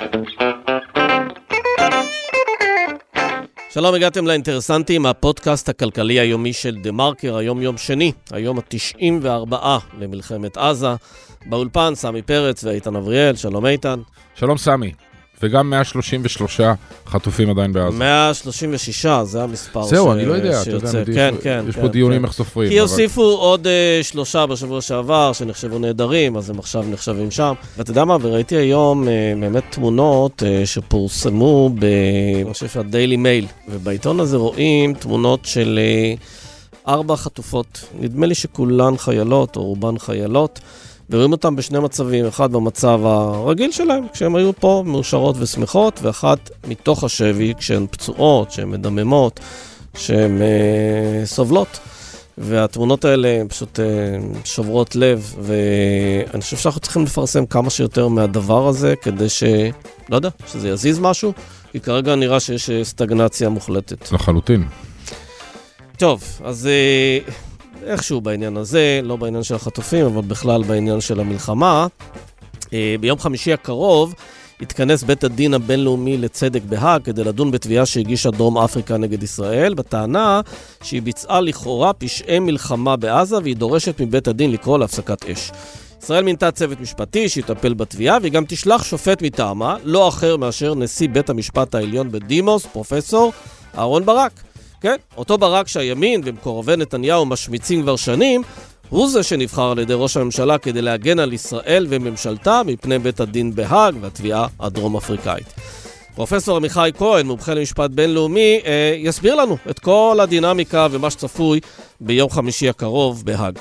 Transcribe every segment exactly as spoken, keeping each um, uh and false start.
שלום, הגעתם לאינטרסנטים, הפודקאסט הכלכלי היומי של דה מרקר, היום יום שני, היום ה-תשעים וארבע למלחמת עזה. באולפן, סמי פרץ ואיתן אבריאל. שלום איתן. שלום סמי. וגם מאה שלושים ושלושה חטופים עדיין בעזה. מאה שלושים ושש, זה המספר זהו, ש... אני לא יודע, שיוצא. אתה יודע, כן, יש, כן, יש כן, פה דיונים כן. איך סופרים. כי הוסיפו אבל... עוד uh, שלושה בשבוע שעבר שנחשבו נהדרים, אז הם עכשיו נחשבים שם. ואתה יודע מה, וראיתי היום uh, באמת תמונות uh, שפורסמו ב... אני חושב שהדיילי מייל, ובעיתון הזה רואים תמונות של uh, ארבע חטופות. נדמה לי שכולן חיילות או רובן חיילות. ורואים אותם בשני מצבים, אחד במצב הרגיל שלהם, כשהם היו פה מאושרות ושמחות, ואחת מתוך השבי, כשהן פצועות, שהן מדממות, שהן אה, סובלות. והתמונות האלה הן פשוט אה, שוברות לב, ואני חושב שאנחנו צריכים לפרסם כמה שיותר מהדבר הזה, כדי ש... לא יודע, שזה יזיז משהו, כי כרגע נראה שיש סטגנציה מוחלטת. לחלוטין. טוב, אז... אה, איכשהו בעניין הזה, לא בעניין של החטופים, אבל בכלל בעניין של המלחמה. ביום חמישי הקרוב התכנס בית הדין הבינלאומי לצדק בהאג כדי לדון בתביעה שהגישה דרום אפריקה נגד ישראל, בטענה שהיא ביצעה לכאורה פשעי מלחמה בעזה, והיא דורשת מבית הדין לקרוא להפסקת אש. ישראל מינתה צוות משפטי שיטפל בתביעה, והיא גם תשלח שופט מטעמה, לא אחר מאשר נשיא בית המשפט העליון בדימוס, פרופסור אהרון ברק. כן, אותו ברק שהימין ומקורבי נתניהו משמיצים כבר שנים, הוא זה שנבחר על ידי ראש הממשלה כדי להגן על ישראל וממשלתה מפני בית הדין בהאג והתביעה הדרום אפריקאית. פרופסור עמיחי כהן, מומחה למשפט בינלאומי, אה, יסביר לנו את כל הדינמיקה ומה שצפוי ביום חמישי הקרוב בהאג.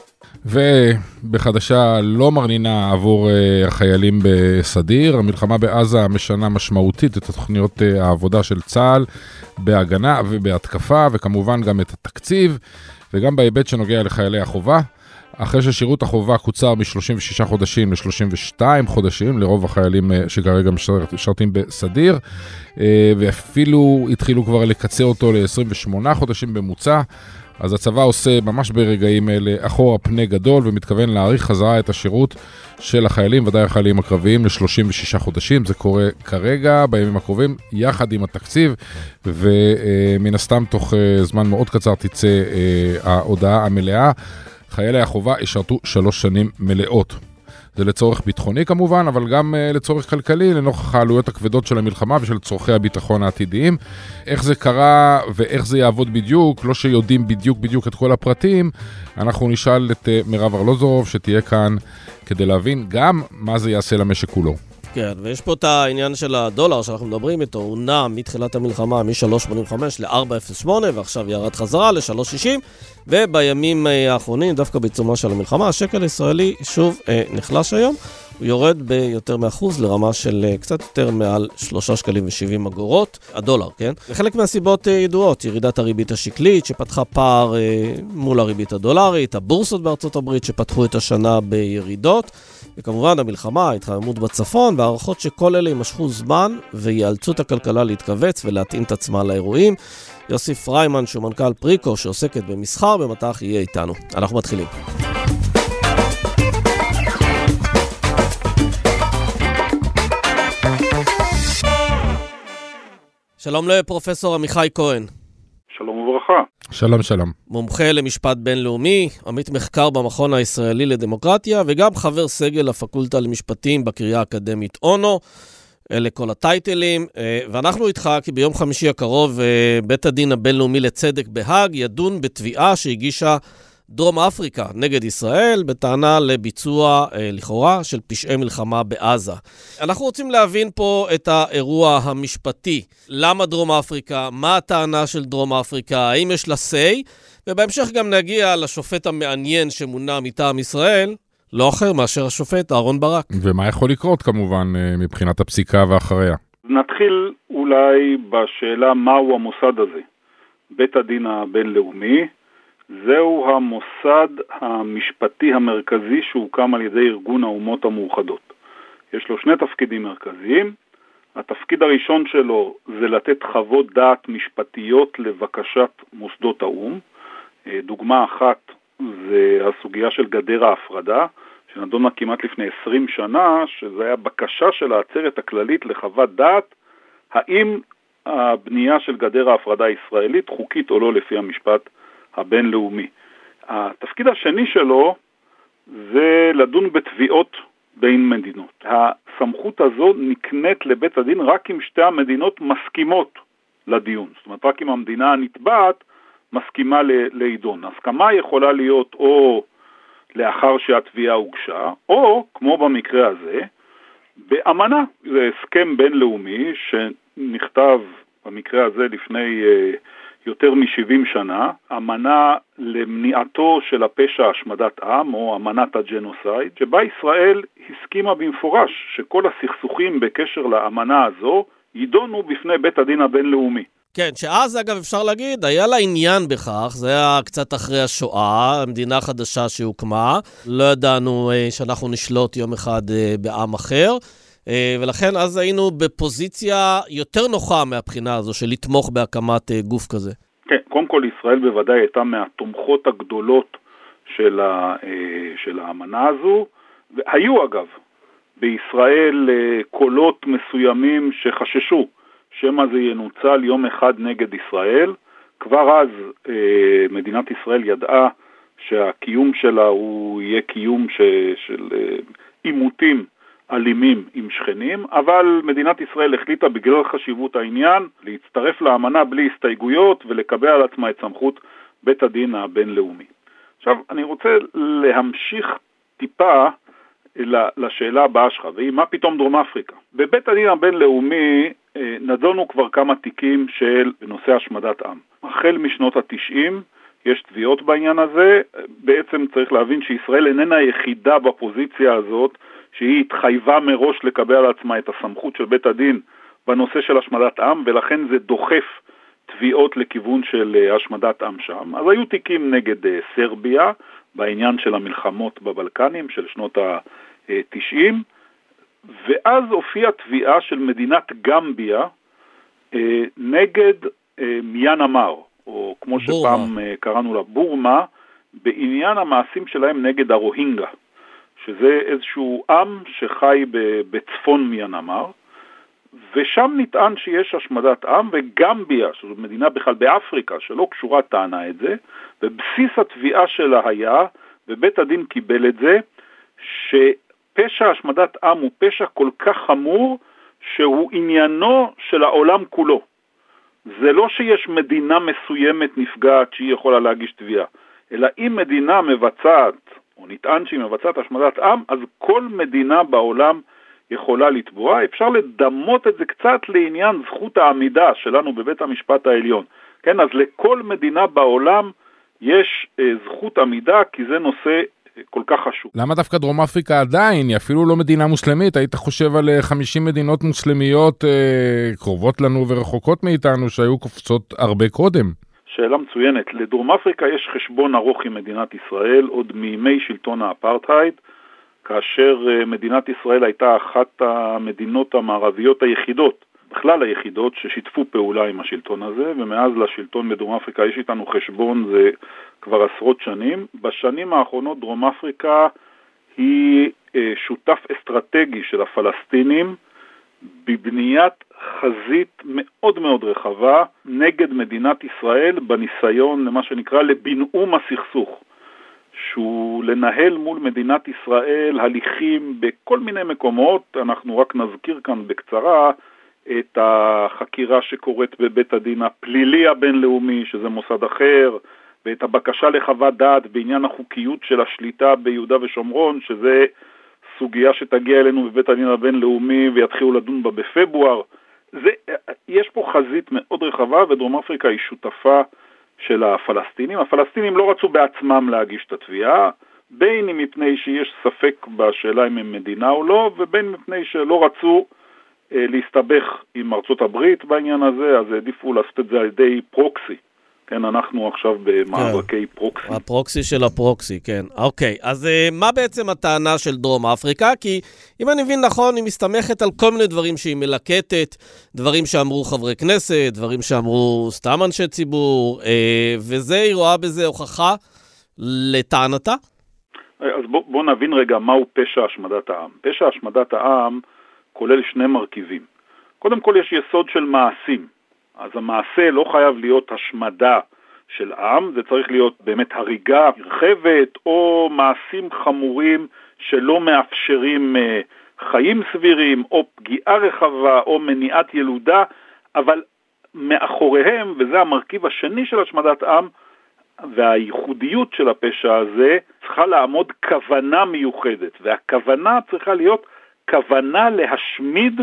ובחדשה לא מרנינה עבור uh, החיילים בסדיר, המלחמה בעזה משנה משמעותית את התוכניות uh, העבודה של צה"ל בהגנה ובהתקפה, וכמובן גם את התקציב, וגם בהיבט שנוגע לחיילי החובה. אחרי ששירות החובה קוצר מ-שלושים ושישה חודשים ל-שלושים ושניים חודשים, לרוב החיילים uh, שכרגע משרתים בסדיר, uh, ואפילו התחילו כבר לקצר אותו ל-עשרים ושמונה חודשים במוצע. אז הצבא עושה ממש ברגעים אלה אחורה פני גדול, ומתכוון להאריך חזרה את השירות של החיילים, ודאי החיילים הקרביים, ל-שלושים ושישה חודשים. זה קורה כרגע, בימים הקרובים, יחד עם התקציב, ומן הסתם תוך זמן מאוד קצר תצא ההודעה המלאה. חיילי החובה ישרתו שלוש שנים מלאות. זה לצורך ביטחוני כמובן, אבל גם uh, לצורך כלכלי, לנוכח העלויות הכבדות של המלחמה ושל צורכי הביטחון העתידיים. איך זה קרה ואיך זה יעבוד בדיוק, לא שיודעים בדיוק בדיוק את כל הפרטים, אנחנו נשאל את uh, מירב ארלוזורוב שתהיה כאן כדי להבין גם מה זה יעשה למשק כולו. כן, ויש פה את העניין של הדולר שאנחנו מדברים איתו, הוא נע מתחילת המלחמה מ-שלוש שמונים וחמש ל-ארבע אפס שמונה, ועכשיו ירד חזרה ל-שלוש שישים, ובימים האחרונים, דווקא בעיצומה של המלחמה, השקל הישראלי שוב אה, נחלש היום, הוא יורד ביותר מאחוז לרמה של אה, קצת יותר מעל שלושה שקלים ושבעים אגורות, הדולר, כן? וחלק מהסיבות אה, ידועות, ירידת הריבית השקלית שפתחה פער אה, מול הריבית הדולרית, הבורסות בארצות הברית שפתחו את השנה בירידות, וכמובן המלחמה, התחממות בצפון, והערכות שכל אלה יימשכו זמן ויאלצו את הכלכלה להתכווץ ולהתאים את עצמה לאירועים. יוסי פריימן, שהוא מנכ"ל פריקו, שעוסקת במסחר במטח, יהיה איתנו. אנחנו מתחילים. שלום לפרופסור עמיחי כהן. שלום וברכה. שלום שלום. מומחה למשפט בינלאומי, עמית מחקר במכון הישראלי לדמוקרטיה, וגם חבר סגל הפקולטה למשפטים בקריה האקדמית אונו. אלה כל הטייטלים, ואנחנו איתך כי ביום חמישי הקרוב בית הדין הבינלאומי לצדק בהאג ידון בתביעה שהגישה דרום אפריקה נגד ישראל, בטענה לביצוע לכאורה של פשעי מלחמה בעזה. אנחנו רוצים להבין פה את האירוע המשפטי. למה דרום אפריקה? מה הטענה של דרום אפריקה? האם יש לה say? ובהמשך גם נגיע לשופט המעניין שמונה מטעם ישראל, לא אחר מאשר השופט אהרון ברק. ומה יכול לקרות כמובן מבחינת הפסיקה ואחריה? נתחיל אולי בשאלה מהו המוסד הזה. בית הדין הבינלאומי, זהו המוסד המשפטי המרכזי שהוקם על ידי ארגון האומות המאוחדות. יש לו שני תפקידים מרכזיים. התפקיד הראשון שלו זה לתת חוות דעת משפטיות לבקשת מוסדות האום. דוגמה אחת זה הסוגיה של גדר ההפרדה, שנדונה כמעט לפני עשרים שנה, שזה היה בקשה של העצרת הכללית לחוות דעת, האם הבנייה של גדר ההפרדה הישראלית חוקית או לא לפי המשפט הבינלאומי. התפקיד השני שלו זה לדון בתביעות בין מדינות. הסמכות הזו נקנית לבית הדין רק אם שתי המדינות מסכימות לדיון. זאת אומרת, רק אם המדינה הנתבעת מסכימה לעידון. הסכמה יכולה להיות או לאחר שהתביעה הוגשה, או, כמו במקרה הזה, באמנה. זה הסכם בינלאומי שנכתב במקרה הזה לפני יותר מ-שבעים שנה, אמנה למניעתו של הפשע השמדת עם, או אמנת הג'נוסייד, שבה ישראל הסכימה במפורש שכל הסכסוכים בקשר לאמנה הזו יידונו בפני בית הדין הבינלאומי. כן, שאז אגב אפשר להגיד, היה לה עניין בכך, זה היה קצת אחרי השואה, המדינה החדשה שהוקמה, לא ידענו אה, שאנחנו נשלוט יום אחד אה, בעם אחר, אה, ולכן אז היינו בפוזיציה יותר נוחה מהבחינה הזו של לתמוך בהקמת אה, גוף כזה. כן, קודם כל ישראל בוודאי הייתה מהתומכות הגדולות של, ה, אה, של האמנה הזו, והיו אגב בישראל אה, קולות מסוימים שחששו, שמה זה ינוצל יום אחד נגד ישראל. כבר אז אה, מדינת ישראל ידעה שהקיום שלה הוא יהיה קיום ש, של אה, עימותים אלימים עם שכנים, אבל מדינת ישראל החליטה בגלל חשיבות העניין להצטרף לאמנה בלי הסתייגויות ולקבל על עצמה את סמכות בית הדין הבינלאומי. עכשיו אני רוצה להמשיך טיפה לשאלה הבאה שלך, והיא מה פתאום דרום אפריקה? בבית הדין הבינלאומי נדונו כבר כמה תיקים של נושא השמדת עם. החל משנות ה-תשעים יש תביעות בעניין הזה. בעצם צריך להבין שישראל איננה היחידה בפוזיציה הזאת שהיא התחייבה מראש לקבל על עצמה את הסמכות של בית הדין בנושא של השמדת עם, ולכן זה דוחף תביעות לכיוון של השמדת עם שם. אז היו תיקים נגד סרביה בעניין של המלחמות בבלקנים של שנות ה-תשעים, ואז הופיעה תביעה של מדינת גמביה אה, נגד אה, מיינמר, או כמו בורמה. שפעם אה, קראנו לה בורמה, בעניין המעשים שלהם נגד הרוהינגה, שזה איזשהו עם שחי בצפון מיינמר, ושם נטען שיש השמדת עם, וגמביה, שזו מדינה בכלל באפריקה, שלא קשורה טענה את זה, ובסיס התביעה שלה היה, ובית הדין קיבל את זה, ש... פשע השמדת עם הוא פשע כל כך חמור שהוא עניינו של העולם כולו. זה לא שיש מדינה מסוימת נפגעת שהיא יכולה להגיש תביעה, אלא אם מדינה מבצעת, או נטען שהיא מבצעת השמדת עם, אז כל מדינה בעולם יכולה לתבוע. אפשר לדמות את זה קצת לעניין זכות העמידה שלנו בבית המשפט העליון. כן, אז לכל מדינה בעולם יש אה, זכות עמידה, כי זה נושא כל כך חשוב. למה דווקא דרום אפריקה עדיין? היא אפילו לא מדינה מוסלמית. היית חושב על חמישים מדינות מוסלמיות אה, קרובות לנו ורחוקות מאיתנו שהיו קופצות הרבה קודם. שאלה מצוינת. לדרום אפריקה יש חשבון ארוך עם מדינת ישראל, עוד מימי שלטון האפרטהייד, כאשר אה, מדינת ישראל הייתה אחת המדינות המערביות היחידות, בכלל היחידות ששיתפו פעולה עם השלטון הזה, ומאז לשלטון בדרום אפריקה יש איתנו חשבון, זה כבר עשרות שנים. בשנים האחרונות דרום אפריקה היא שותף אסטרטגי של הפלסטינים בבניית חזית מאוד מאוד רחבה נגד מדינת ישראל בניסיון למה שנקרא לבינאום הסכסוך, שהוא לנהל מול מדינת ישראל הליכים בכל מיני מקומות. אנחנו רק נזכיר כאן בקצרה את החקירה שקורית בבית הדין הפלילי הבינלאומי, שזה מוסד אחר, ואת הבקשה לחוות דעת בעניין החוקיות של השליטה ביהודה ושומרון, שזה סוגיה שתגיע אלינו בבית הדין הבינלאומי ויתחילו לדון בה בפברואר. זה, יש פה חזית מאוד רחבה, ודרום אפריקה היא שותפה של הפלסטינים. הפלסטינים לא רצו בעצמם להגיש את התביעה, בין אם מפני שיש ספק בשאלה אם הם מדינה או לא, ובין מפני שלא רצו להסתבך עם ארצות הברית בעניין הזה, אז העדיפו לעשות את זה על ידי פרוקסי. כן, אנחנו עכשיו במאבקי פרוקסי. הפרוקסי של הפרוקסי, כן. אוקיי, אז מה בעצם הטענה של דרום אפריקה? כי אם אני מבין נכון, היא מסתמכת על כל מיני דברים שהיא מלקטת, דברים שאמרו חברי כנסת, דברים שאמרו סתם אנשי ציבור, וזה, היא רואה בזה הוכחה לטענתה? אז בוא, בוא נבין רגע מהו פשע השמדת העם. פשע השמדת העם כולל שני מרכיבים. קודם כל יש יסוד של מעשים. אז המעשה לא חייב להיות השמדה של עם, זה צריך להיות באמת הריגה נרחבת, או מעשים חמורים שלא מאפשרים אה, חיים סבירים, או פגיעה רחבה, או מניעת ילודה, אבל מאחוריהם, וזה המרכיב השני של השמדת עם, והייחודיות של הפשע הזה, צריכה לעמוד כוונה מיוחדת, והכוונה צריכה להיות כוונה להשמיד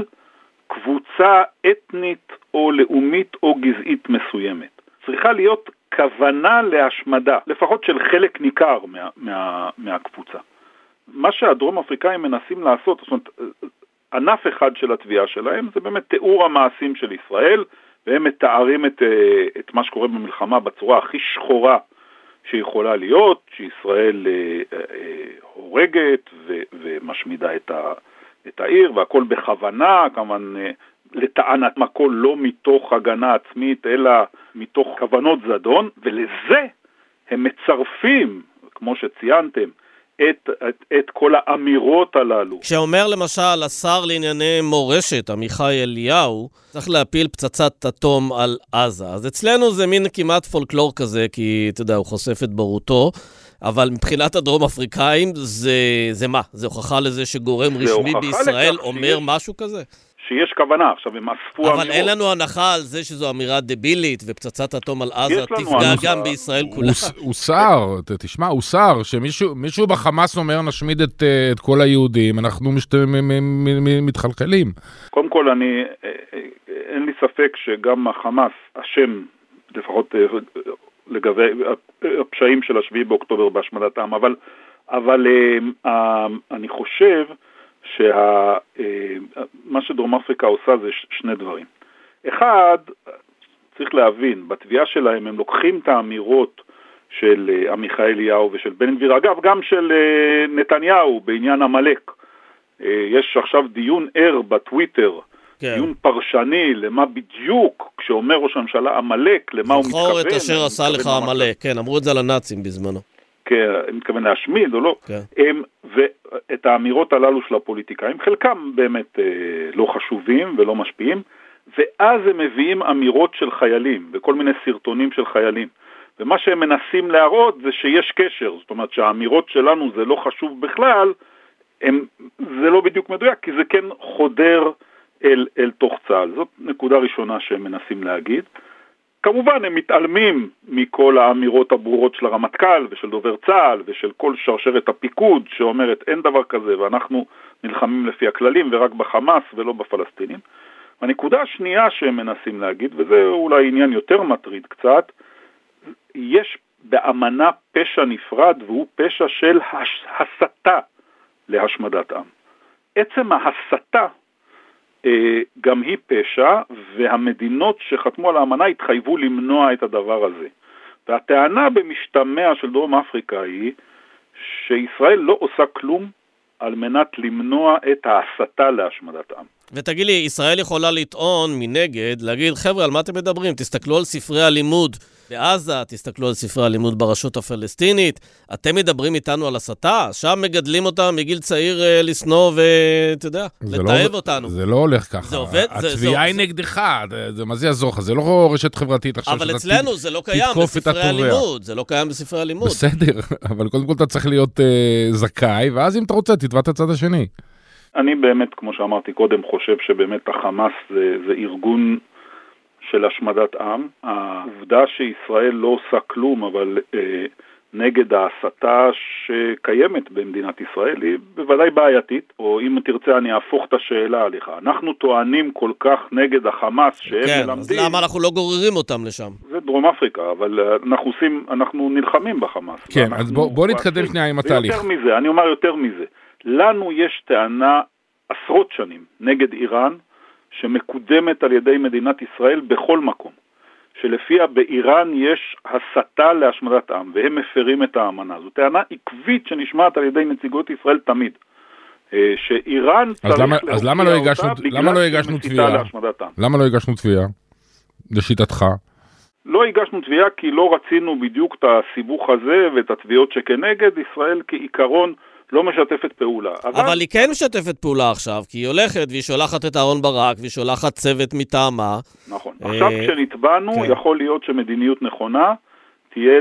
קבוצה אתנית או לאומית או גזעית מסוימת. צריכה להיות כוונה להשמדה, לפחות של חלק ניכר מה, מה, מהקבוצה. מה שהדרום אפריקאים מנסים לעשות, זאת אומרת, ענף אחד של התביעה שלהם, זה באמת תיאור המעשים של ישראל, והם מתארים את, את מה שקורה במלחמה בצורה הכי שחורה שיכולה להיות, שישראל אה, אה, הורגת ו, ומשמידה את, ה, את העיר, והכל בכוונה, כמובן אה, לטענת הכל לא מתוך הגנה עצמית, אלא מתוך כוונות זדון, ולזה הם מצרפים, כמו שציינתם, את, את, את כל האמירות הללו. כשאומר למשל השר לענייני מורשת, עמיחי אליהו, צריך להפיל פצצת אטום על עזה. אז אצלנו זה מין כמעט פולקלור כזה, כי אתה יודע, הוא חושף את ברותו, אבל מבחינת הדרום אפריקאים זה, זה מה? זה הוכחה לזה שגורם רשמי בישראל אומר שיש... משהו כזה? שיש כוונה, עכשיו הם אספו אבל אמירות. אין לנו הנחה על זה שזו אמירה דבילית, ופצצת אטום על עזה תפגע גם בישראל כולה. הוא שר, תשמע, הוא שר, שמישהו בחמאס אומר נשמיד את, את כל היהודים, אנחנו משת... מתחלחלים. קודם כל, אני, אין לי ספק שגם החמאס, השם, לפחות לגבי הפשעים של השביעי באוקטובר בהשמדת העם, אבל, אבל אני חושב שמה שדרום אפריקה עושה זה שני דברים. אחד, צריך להבין, בתביעה שלהם הם לוקחים את האמירות של עמיחי אליהו ושל בן גביר, אגב גם של נתניהו בעניין המלך. יש עכשיו דיון ער בטוויטר, כן. דיון פרשני למה בדיוק, כשאומר ראש הממשלה המלך, למה הוא מתכוון. זכור את אשר עשה לך המלך, כן, אמרו את זה לנאצים בזמנו. כן, הם מתכוון להשמיד או לא. כן. הם, ואת האמירות הללו של הפוליטיקאים, חלקם באמת אה, לא חשובים ולא משפיעים, ואז הם מביאים אמירות של חיילים, וכל מיני סרטונים של חיילים. ומה שהם מנסים להראות זה שיש קשר, זאת אומרת שהאמירות שלנו זה לא חשוב בכלל, הם, זה לא בדיוק מדויק, כי זה כן חודר אל, אל תוך צה"ל. זאת נקודה ראשונה שהם מנסים להגיד. כמובן הם מתעלמים מכל האמירות הברורות של הרמטכ"ל ושל דובר צה"ל ושל כל שרשרת הפיקוד שאומרת אין דבר כזה ואנחנו נלחמים לפי הכללים ורק בחמאס ולא בפלסטינים. הנקודה השנייה שהם מנסים להגיד, וזה אולי עניין יותר מטריד קצת, יש באמנה פשע נפרד והוא פשע של הסתה להשמדת עם. עצם ההסתה גם היא פשע, והמדינות שחתמו על האמנה התחייבו למנוע את הדבר הזה. והטענה במשתמע של דרום אפריקה היא שישראל לא עושה כלום על מנת למנוע את ההסתה להשמדת עם. ותגיד לי, ישראל יכולה לטעון מנגד, להגיד, חבר'ה, על מה אתם מדברים? תסתכלו על ספרי הלימוד בעזה, תסתכלו על ספרי הלימוד ברשות הפלסטינית, אתם מדברים איתנו על הסתה? שם מגדלים אותם מגיל צעיר אה, לסנוע ואתה יודע, לתאב לא, אותנו. זה לא הולך ככה. זה עובד? התביעה היא נגדך, זה, מה זה יעזור לך? זה לא רשת חברתית עכשיו. אבל אצלנו זה לא קיים בספרי הלימוד, זה לא קיים בספרי הלימוד. בסדר, אבל קודם כל אתה צריך להיות אה, זכאי, ואז אם אתה רוצה, תתבע את הצד השני. אני באמת, כמו שאמרתי קודם, חושב שבאמת החמאס זה, זה ארגון של השמדת עם. העובדה שישראל לא עושה כלום, אבל אה, נגד ההסתה שקיימת במדינת ישראל היא בוודאי בעייתית, או אם תרצה אני אהפוך את השאלה עליך. אנחנו טוענים כל כך נגד החמאס שהם כן, מלמדים. אז למה אנחנו לא גוררים אותם לשם? זה דרום אפריקה, אבל אנחנו עושים, אנחנו נלחמים בחמאס. כן, אז בוא, בוא נתקדם שנייה עם התהליך. יותר מזה, אני אומר יותר מזה. לנו יש טענה עשרות שנים נגד איראן, שמקודמת על ידי מדינת ישראל בכל מקום, שלפיה באיראן יש הסתה להשמדת עם, והם מפרים את האמנה. זו טענה עקבית שנשמעת על ידי נציגות ישראל תמיד, שאיראן צריך להופיע אותה בגלל שהיא מסיתה להשמדת עם. למה לא הגשנו תביעה? לשיטתך? לא הגשנו תביעה כי לא רצינו בדיוק את הסיבוך הזה ואת התביעות שכנגד. ישראל כעיקרון לא משתפת פעולה. אבל, אבל היא כן משתפת פעולה עכשיו, כי היא הולכת והיא שולחת את אהרון ברק, והיא שולחת צוות מטעמה. נכון. עכשיו כשנתבענו, כן. יכול להיות שמדיניות נכונה תהיה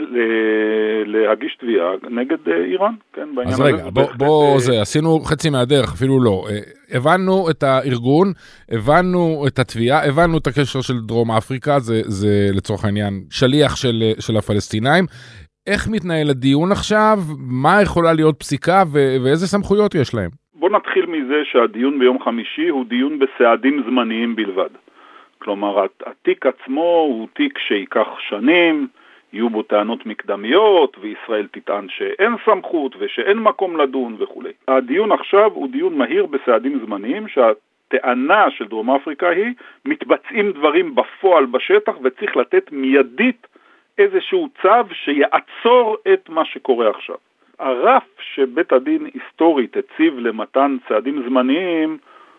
להגיש תביעה נגד איראן. כן, אז רגע, בוא, בוא זה, עשינו חצי מהדרך, אפילו לא. הבנו את הארגון, הבנו את התביעה, הבנו את הקשר של דרום אפריקה, זה, זה לצורך העניין שליח של, של הפלסטינאים. איך מתנהל הדיון עכשיו? מה יכולה להיות פסיקה ו- ואיזה סמכויות יש להם? בוא נתחיל מזה שהדיון ביום חמישי הוא דיון בסעדים זמניים בלבד. כלומר, התיק עצמו הוא תיק שיקח שנים, יהיו בו טענות מקדמיות, וישראל תטען שאין סמכות ושאין מקום לדון וכו'. הדיון עכשיו הוא דיון מהיר בסעדים זמניים, שהטענה של דרום אפריקה היא, מתבצעים דברים בפועל בשטח וצריך לתת מיידית איזשהו צו שיעצור את מה שקורה עכשיו. הרף שבית הדין היסטורית הציב למתן צעדים זמניים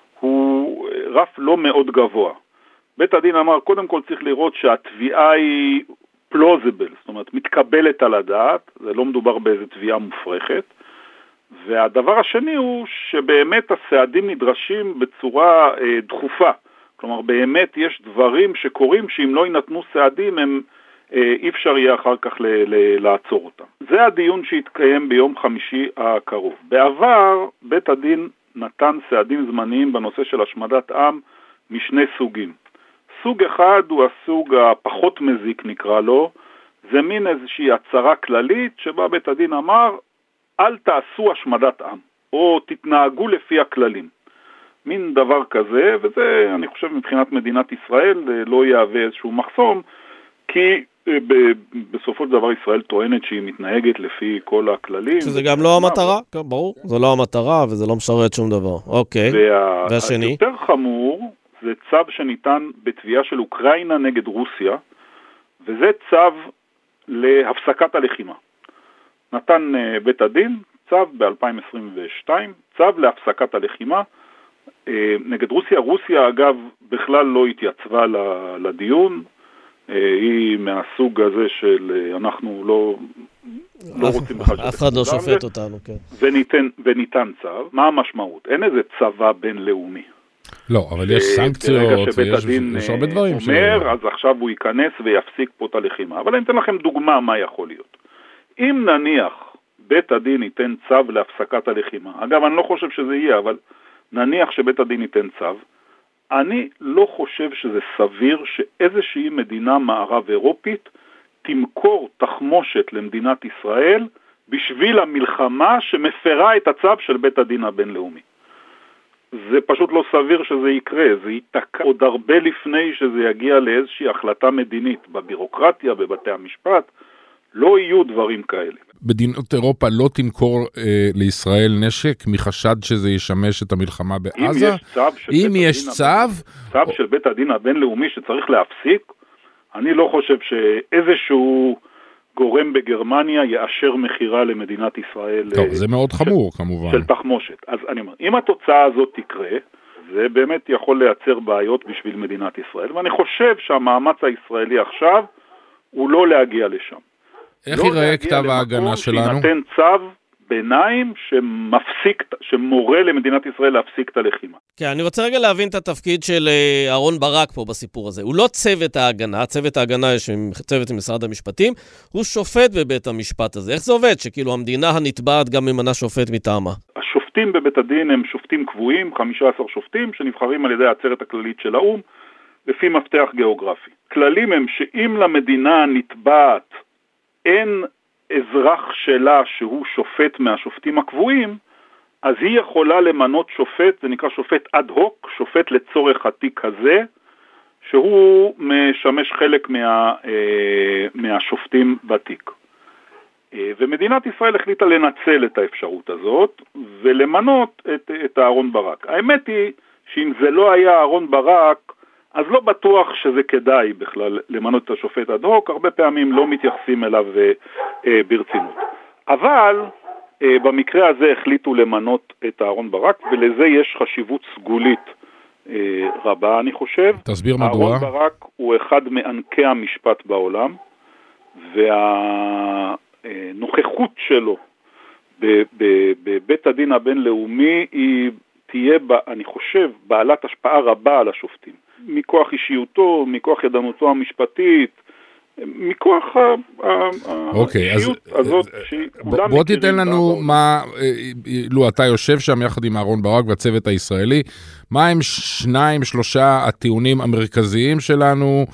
הוא רף לא מאוד גבוה. בית הדין אמר, קודם כל צריך לראות שהתביעה היא plausible, זאת אומרת, מתקבלת על הדעת, זה לא מדובר באיזו תביעה מופרכת, והדבר השני הוא שבאמת הסעדים נדרשים בצורה אה, דחופה, כלומר באמת יש דברים שקורים שאם לא ינתנו סעדים הם אי אפשר יהיה אחר כך ל- ל- לעצור אותם. זה הדיון שהתקיים ביום חמישי הקרוב. בעבר בית הדין נתן סעדים זמניים בנושא של השמדת עם משני סוגים. סוג אחד הוא הסוג הפחות מזיק נקרא לו, זה מין איזושהי הצהרה כללית שבה בית הדין אמר אל תעשו השמדת עם או תתנהגו לפי הכללים. מין דבר כזה, וזה אני חושב מבחינת מדינת ישראל לא יהווה איזשהו מחסום, כי בסופו של דבר ישראל טוענת שהיא מתנהגת לפי כל הכללים. שזה גם לא המטרה, ברור, זה לא המטרה וזה לא משרת שום דבר. אוקיי, והשני? היותר חמור זה צו שניתן בתביעה של אוקראינה נגד רוסיה, וזה צו להפסקת הלחימה. נתן בית הדין צו ב-אלפיים עשרים ושתיים, צו להפסקת הלחימה נגד רוסיה. רוסיה אגב בכלל לא התייצבה לדיון, היא מהסוג הזה של אנחנו לא, לא רוצים בכלל אף אחד לא שופט אותנו, כן. וניתן, וניתן צו. מה המשמעות? אין איזה צבא בינלאומי. לא, אבל יש סנקציות, יש הרבה דברים. אומר, אז עכשיו הוא ייכנס ויפסיק פה את הלחימה. אבל אני אתן לכם דוגמה מה יכול להיות. אם נניח בית הדין ייתן צו להפסקת הלחימה, אגב אני לא חושב שזה יהיה, אבל נניח שבית הדין ייתן צו, אני לא חושב שזה סביר שאיזושהי מדינה מערב אירופית תמכור תחמושת למדינת ישראל בשביל המלחמה שמפרה את הצו של בית הדין הבינלאומי. זה פשוט לא סביר שזה יקרה, זה ייתקע עוד הרבה לפני שזה יגיע לאיזושהי החלטה מדינית בבירוקרטיה, בבתי המשפט, לא יהיו דברים כאלה. מדינות אירופה לא תמכור אה, לישראל נשק מחשד שזה ישמש את המלחמה בעזה? אם יש צו של, אם יש צו, צו או... של בית הדין הבינלאומי שצריך להפסיק, אני לא חושב שאיזשהו גורם בגרמניה יאשר מחירה למדינת ישראל. טוב, זה מאוד של, חמור כמובן. של תחמושת. אז אני אומר, אם התוצאה הזאת תקרה, זה באמת יכול לייצר בעיות בשביל מדינת ישראל, ואני חושב שהמאמץ הישראלי עכשיו הוא לא להגיע לשם. איך ייראה כתב ההגנה שלנו? שינתן צו ביניים שמפסיק, שמורה למדינת ישראל להפסיק את הלחימה. כן, אני רוצה רגע להבין את התפקיד של אהרון ברק פה בסיפור הזה. הוא לא צוות ההגנה, צוות ההגנה יש צוות עם משרד המשפטים, הוא שופט בבית המשפט הזה. איך זה עובד? שכאילו המדינה הנתבעת גם ממנה שופט מטעמה. השופטים בבית הדין הם שופטים קבועים, חמישה עשר שופטים שנבחרים על ידי העצרת הכללית של האו"ם, לפי מפתח גיאוגרפי. כללים הם שאם למדינה הנתבעת אין אזרח שלה שהוא שופט מהשופטים הקבועים, אז היא יכולה למנות שופט, זה נקרא שופט אד הוק, שופט לצורך התיק הזה, שהוא משמש חלק מה, מהשופטים בתיק. ומדינת ישראל החליטה לנצל את האפשרות הזאת, ולמנות את, את אהרון ברק. האמת היא שאם זה לא היה אהרון ברק, אז לא בטוח שזה כדאי בכלל למנות את השופט אד הוק, הרבה פעמים לא מתייחסים אליו אה, ברצינות. אבל אה, במקרה הזה החליטו למנות את אהרון ברק, ולזה יש חשיבות סגולית רבה, אני חושב. תסביר מדוע. אהרון ברק הוא אחד מאנקי המשפט בעולם, והנוכחות שלו בבית הדין הבינלאומי היא תהיה, אני חושב, בעלת השפעה רבה על השופטים. מכוח אישיותו, מכוח ידענותו המשפטית, מכוח האישיות הזאת שכולם... בוא תיתן לנו מה, לו אתה יושב שם יחד עם אהרון ברק והצוות הישראלי, מה הם שניים, שלושה הטיעונים המרכזיים שלנו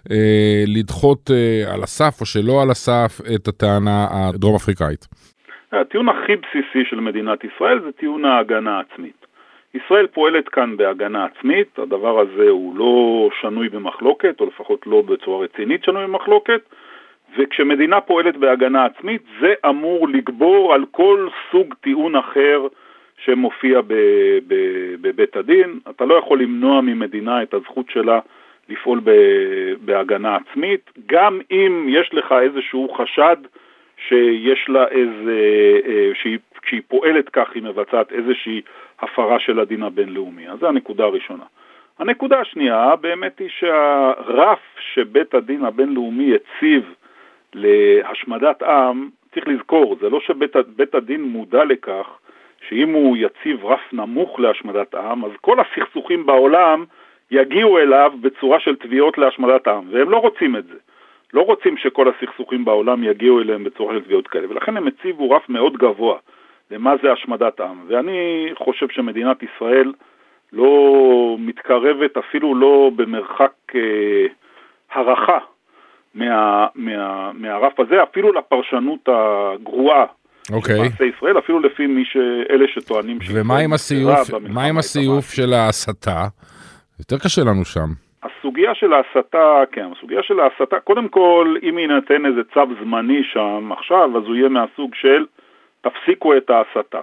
לדחות על הסף או שלא על הסף את הטענה הדרום אפריקאית? הטיעון הכי בסיסי של מדינת ישראל זה טיעון ההגנה העצמית. ישראל פועלת כאן בהגנה עצמית, הדבר הזה הוא לא שנוי במחלוקת, או לפחות לא בצורה רצינית שנוי במחלוקת, וכשמדינה פועלת בהגנה עצמית, זה אמור לגבור על כל סוג טיעון אחר שמופיע ב- ב- בבית הדין. אתה לא יכול למנוע ממדינה את הזכות שלה לפעול ב- בהגנה עצמית, גם אם יש לך איזשהו חשד שיש לה איזה, שהיא, כשהיא פועלת כך היא מבצעת איזושהי הפרה של הדין הבינלאומי. אז זו הנקודה הראשונה. הנקודה השנייה באמת היא שהרף שבית הדין הבינלאומי הציב להשמדת עם, צריך לזכור, זה לא שבית הדין מודע לכך שאם הוא יציב רף נמוך להשמדת עם, אז כל הסכסוכים בעולם יגיעו אליו בצורה של תביעות להשמדת עם, והם לא רוצים את זה. לא רוצים שכל הסכסוכים בעולם יגיעו אליהם בצורה של תביעות כאלה, ולכן הם הציבו רף מאוד גבוה למה זה השמדת עם. ואני חושב שמדינת ישראל לא מתקרבת, אפילו לא במרחק אה, הרחה מה, מה, מהרף הזה, אפילו לפרשנות הגרועה. אוקיי. במעשה ישראל, אפילו לפי מי שאלה שטוענים... ומה עם הסיוף, מה עם הסיוף של ההסתה? יותר קשה לנו שם. הסוגיה של ההסתה, כן, הסוגיה של ההסתה, קודם כל, אם יינתן איזה צו זמני שם עכשיו, אז הוא יהיה מהסוג של תפסיקו את ההסתה.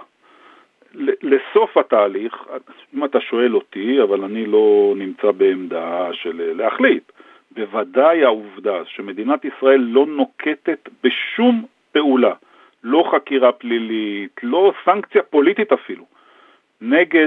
לסוף התהליך, אם אתה שואל אותי, אבל אני לא נמצא בעמדה של להחליט, בוודאי העובדה שמדינת ישראל לא נוקטת בשום פעולה, לא חקירה פלילית, לא סנקציה פוליטית אפילו, נגד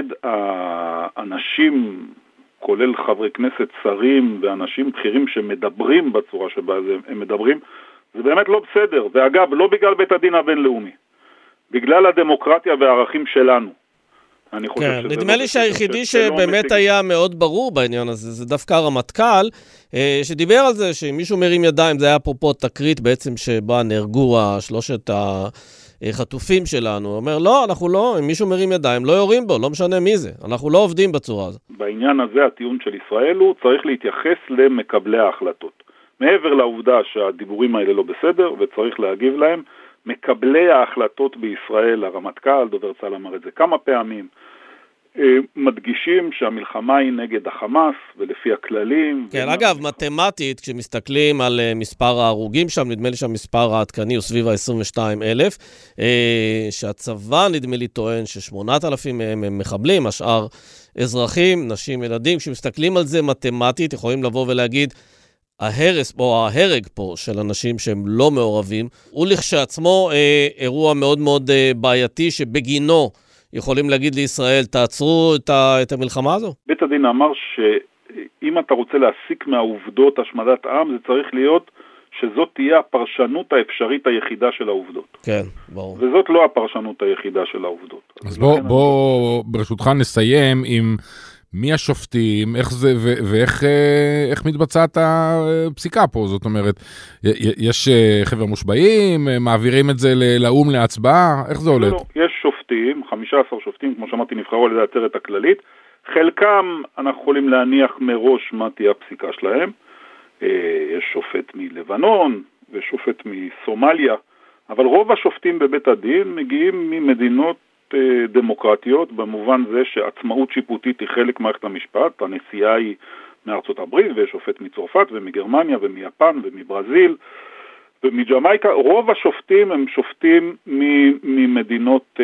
האנשים, כולל חברי כנסת, שרים ואנשים בכירים שמדברים בצורה שבה הם מדברים, זה באמת לא בסדר. ואגב, לא בגלל בית הדין הבינלאומי, בגלל הדמוקרטיה והערכים שלנו. אני חושב כן, שזה נדמה לא לי בסדר, שהיחידי שלא שבאמת מציג... היה מאוד ברור בעניין הזה, זה דווקא הרמטכ"ל, שדיבר על זה שאם מישהו מרים ידיים, זה היה אפרופו תקרית בעצם שבה נהרגו שלושת החטופים שלנו. הוא אומר, לא, אנחנו לא, אם מישהו מרים ידיים, לא יורים בו, לא משנה מי זה. אנחנו לא עובדים בצורה הזו. בעניין הזה, הטיעון של ישראל הוא צריך להתייחס למקבלי ההחלטות. מעבר לעובדה שהדיבורים האלה לא בסדר, וצריך להגיב להם, מקבלי ההחלטות בישראל, הרמטכ"ל, דובר צה"ל אמר את זה כמה פעמים, מדגישים שהמלחמה היא נגד החמאס ולפי הכללים. כן, אגב, מתמטית, כשמסתכלים על מספר ההרוגים שם, נדמה לי שהמספר העדכני הוא סביב ה-עשרים ושתיים אלף, שהצבא נדמה לי טוען ש-שמונת אלפים מהם הם מחבלים, השאר אזרחים, נשים, ילדים. כשמסתכלים על זה מתמטית, יכולים לבוא ולהגיד, ההרס או ההרג פה של אנשים שהם לא מעורבים, הוא לכשעצמו אה, אירוע מאוד מאוד אה, בעייתי שבגינו יכולים להגיד לישראל, תעצרו את, ה, את המלחמה הזו? בית הדין אמר שאם אתה רוצה להסיק מהעובדות השמדת עם, זה צריך להיות שזאת תהיה הפרשנות האפשרית היחידה של העובדות. כן, ברור. וזאת לא הפרשנות היחידה של העובדות. אז בוא, בוא ברשותך נסיים עם מי השופטים, איך זה, ו- ואיך איך מתבצעת הפסיקה פה, זאת אומרת, יש חבר מושבעים, מעבירים את זה לאום להצבעה, איך זה הולך? לא, לא, יש שופטים, חמישה עשר שופטים, כמו שאמרתי, נבחרו על ידי העצרת הכללית, חלקם אנחנו יכולים להניח מראש מה תהיה הפסיקה שלהם, יש שופט מלבנון ושופט מסומליה, אבל רוב השופטים בבית הדין מגיעים ממדינות דמוקרטיות, במובן זה שעצמאות שיפוטית היא חלק מערכת המשפט, הנשיאה היא מארצות הברית, ויש שופט מצרפת ומגרמניה ומיפן ומברזיל ומג'מייקה. רוב השופטים הם שופטים ממדינות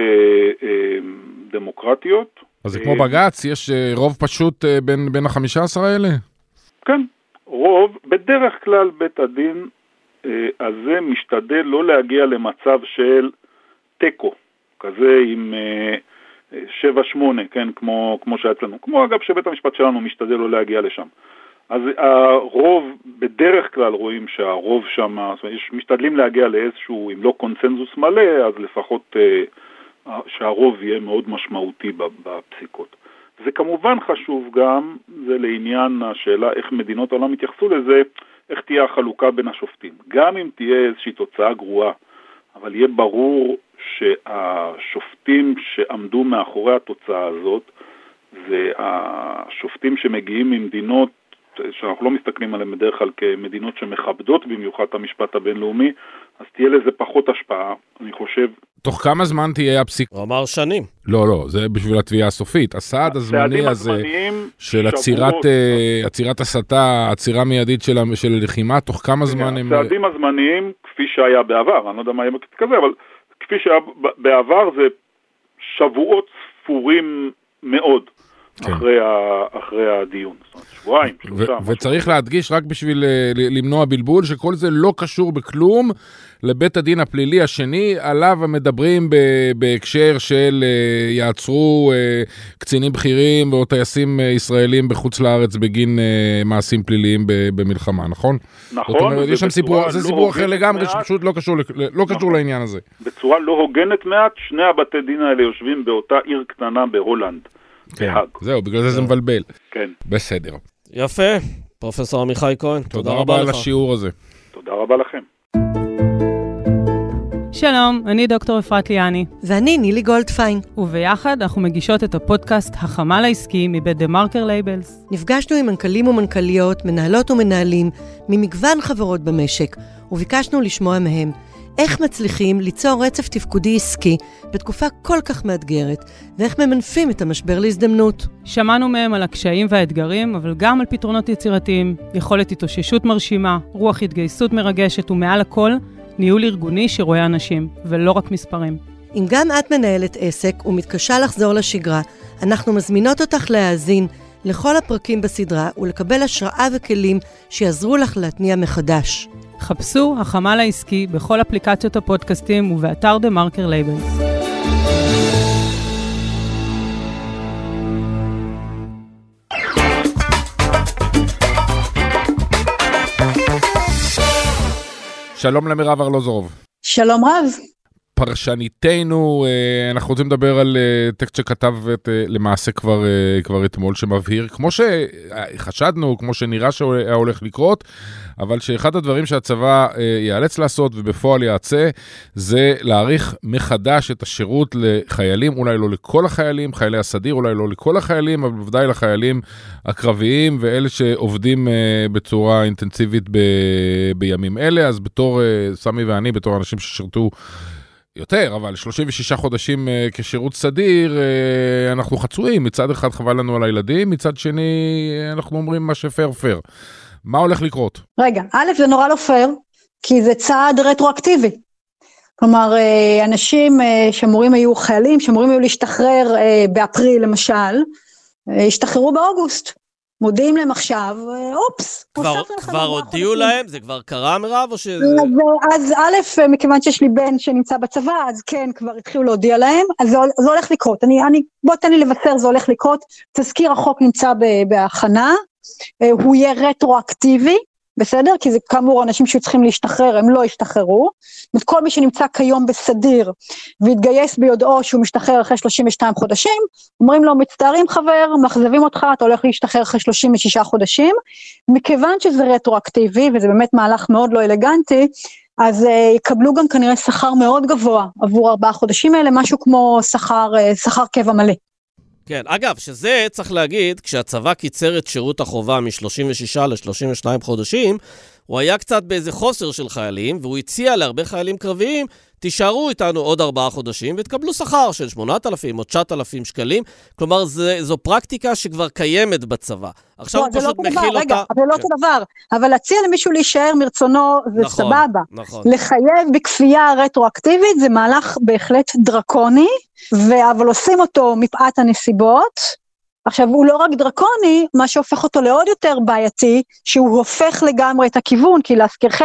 דמוקרטיות. אז זה כמו בגץ, יש רוב פשוט בין, בין החמישה עשר האלה? כן, רוב, בדרך כלל בית הדין הזה משתדל לא להגיע למצב של טקו. כזה עם שבע שמונה, כן, כמו, כמו שהיה אצלנו, כמו אגב שבית המשפט שלנו משתדל לא להגיע לשם. אז הרוב, בדרך כלל רואים שהרוב שם, זאת אומרת, משתדלים להגיע לאיזשהו, אם לא קונצנזוס מלא, אז לפחות אה, שהרוב יהיה מאוד משמעותי בפסיקות. זה כמובן חשוב גם, זה לעניין השאלה איך מדינות העולם התייחסו לזה, איך תהיה החלוקה בין השופטים. גם אם תהיה איזושהי תוצאה גרועה, אבל יהיה ברור שהשופטים שעמדו מאחורי התוצאה הזאת, זה השופטים שמגיעים ממדינות שאנחנו לא מסתכלים עליהם בדרך כלל כמדינות שמכבדות במיוחד את המשפט הבינלאומי, אז תהיה לזה פחות השפעה, אני חושב. תוך כמה זמן תהיה הפסיק? הוא אמר שנים. לא, לא, זה בשביל התביעה הסופית. הסעד הזמני הזה של עצירת, עצירת הסתה, עצירה מיידית של, של לחימה, תוך כמה זמן הם... הצעדים הזמניים, כפי שהיה בעבר, אני לא יודע מה יהיה כזה, אבל כפי שהיה בעבר זה שבועות ספורים מאוד. כן. אחרי, ה, אחרי הדיון, זאת אומרת, שבועיים, שלושה. ו- וצריך להדגיש רק בשביל למנוע בלבול, שכל זה לא קשור בכלום לבית הדין הפלילי השני, עליו המדברים ב- בהקשר של uh, יעצרו uh, קצינים בכירים או טייסים uh, ישראלים בחוץ לארץ בגין uh, מעשים פליליים ב- במלחמה, נכון? נכון. זאת אומרת, יש שם סיפור, זה לא סיפור אחר לגמרי, מעט, שפשוט לא קשור, לא נכון. קשור לעניין הזה. בצורה לא הוגנת מעט, שני הבתי דין האלה יושבים באותה עיר קטנה בהולנד. כן, זהו, בגלל זה זה מבלבל. כן. בסדר. יפה, פרופסור עמיחי כהן, תודה רבה על השיעור הזה. תודה רבה לכם. שלום, אני דוקטור אפרת ליאני. ואני נילי גולדפיין. וביחד אנחנו מגישות את הפודקאסט החמ"ל העסקי מבית דה מרקר לייבלס. נפגשנו עם מנכ"לים ומנכ"ליות, מנהלות ומנהלים, ממגוון חברות במשק, וביקשנו לשמוע מהם איך מצליחים ליצור רצף תפקודי עסקי בתקופה כל כך מאתגרת, ואיך ממנפים את המשבר להזדמנות. שמענו מהם על הקשיים והאתגרים, אבל גם על פתרונות יצירתיים, יכולת התאוששות מרשימה, רוח התגייסות מרגשת, ומעל הכל, ניהול ארגוני שרואה אנשים, ולא רק מספרים. אם גם את מנהלת עסק ומתקשה לחזור לשגרה, אנחנו מזמינות אותך להאזין לכל הפרקים בסדרה ולקבל השראה וכלים שיעזרו לך להתניע מחדש. חפשו החמ"ל העסקי בכל אפליקציות הפודקאסטים ובאתר דה מרקר לייבלס. שלום למירב ארלוזורוב. שלום רב. פרשניתנו, אנחנו רוצים לדבר על טקסט שכתב למעשה כבר, כבר אתמול שמבהיר, כמו שחשדנו, כמו שנראה שהיה הולך לקרות, אבל שאחד הדברים שהצבא יאלץ לעשות ובפועל יעשה, זה להאריך מחדש את השירות לחיילים, אולי לא לכל החיילים, חיילי הסדיר, אולי לא לכל החיילים, אבל בוודאי לחיילים הקרביים, ואלה שעובדים בצורה אינטנסיבית ב, בימים אלה, אז בתור סמי ואני, בתור אנשים ששירתו יותר, אבל שלושים ושישה חודשים uh, כשירות סדיר, uh, אנחנו חצויים, מצד אחד חבל לנו על הילדים, מצד שני אנחנו אומרים מה שפר פר. מה הולך לקרות? רגע, א' זה נורא לא פר, כי זה צעד רטרואקטיבי. כלומר, uh, אנשים uh, שמורים היו חיילים, שמורים היו להשתחרר uh, באפריל למשל, uh, השתחררו באוגוסט. מודיעים להם עכשיו, אופס. כבר, כבר הודיעו להם? זה כבר קרה מירב או שזה... אז, אז א', מכיוון שיש לי בן שנמצא בצבא, אז כן, כבר התחילו להודיע להם, אז זה, זה הולך לקרות. אני, אני, בוא תן לי לבשר, זה הולך לקרות. תזכיר החוק נמצא בהכנה, הוא יהיה רטרואקטיבי, בסדר? כי זה כאמור אנשים שצריכים להשתחרר, הם לא ישתחררו. זאת כל מי שנמצא כיום בסדיר, והתגייס ביודעו שהוא משתחרר אחרי שלושים ושניים חודשים, אומרים לו, מצטערים חבר, מחזבים אותך, אתה הולך להשתחרר אחרי שלושים ושישה חודשים, מכיוון שזה רטרואקטיבי, וזה באמת מהלך מאוד לא אלגנטי, אז uh, יקבלו גם כנראה שכר מאוד גבוה, עבור ארבעה חודשים האלה, משהו כמו שכר, uh, שכר קבע מלא. כן, אגב, שזה צריך להגיד, כשהצבא קיצר את שירות החובה מ-שלושים ושישה ל-שלושים ושניים חודשים, הוא היה קצת באיזה חוסר של חיילים, והוא הציע להרבה חיילים קרביים, תישארו איתנו עוד ארבעה חודשים, ותקבלו שכר של שמונת אלפים או תשעת אלפים שקלים, כלומר, זה, זו פרקטיקה שכבר קיימת בצבא. עכשיו לא, הוא פשוט לא מכיל דבר, אותה... רגע, זה לא אותו דבר, אבל להציע למישהו להישאר מרצונו, זה נכון, סבבה. נכון. לחייב בכפייה רטרואקטיבית, זה מהלך בהחלט דרקוני, אבל עושים אותו מפאת הנסיבות, עכשיו, הוא לא רק דרקוני, מה שהופך אותו לעוד יותר בעייתי, שהוא הופך לגמרי את הכיוון, כי להזכירכם,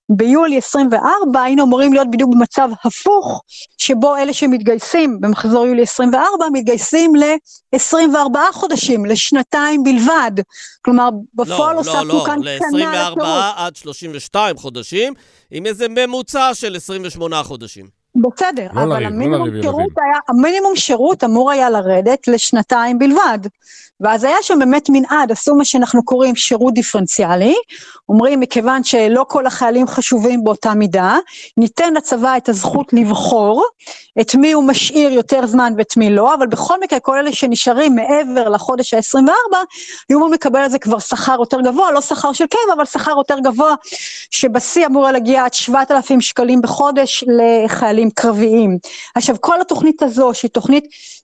ביולי עשרים וארבע היינו אמורים להיות בדיוק במצב הפוך, שבו אלה שמתגייסים במחזור יולי עשרים וארבע, מתגייסים ל-עשרים וארבעה חודשים, לשנתיים בלבד. כלומר, בפועל הוספנו לא, לא, כאן לא, שנה ל-עשרים וארבע עד שלושים ושתיים חודשים, עם איזה ממוצע של עשרים ושמונה חודשים. בסדר, לא אבל לריב, המינימום, לא לריב, שירות לריב. היה, המינימום שירות אמור היה לרדת לשנתיים בלבד, ואז היה שם באמת מנעד, עשו מה שאנחנו קוראים שירות דיפרנציאלי, אומרים מכיוון שלא כל החיילים חשובים באותה מידה, ניתן לצבא את הזכות לבחור, את מי הוא משאיר יותר זמן ואת מי לא, אבל בכל מקרה כל אלה שנשארים מעבר לחודש ה-עשרים וארבע, יהיו מקבל על זה כבר שכר יותר גבוה, לא שכר של קבע, אבל שכר יותר גבוה, שבשיא אמור להגיע עד שבעת אלפים שקלים בחודש לחיילים קרביים. עכשיו, כל התוכנית הזו, שהיא תוכנית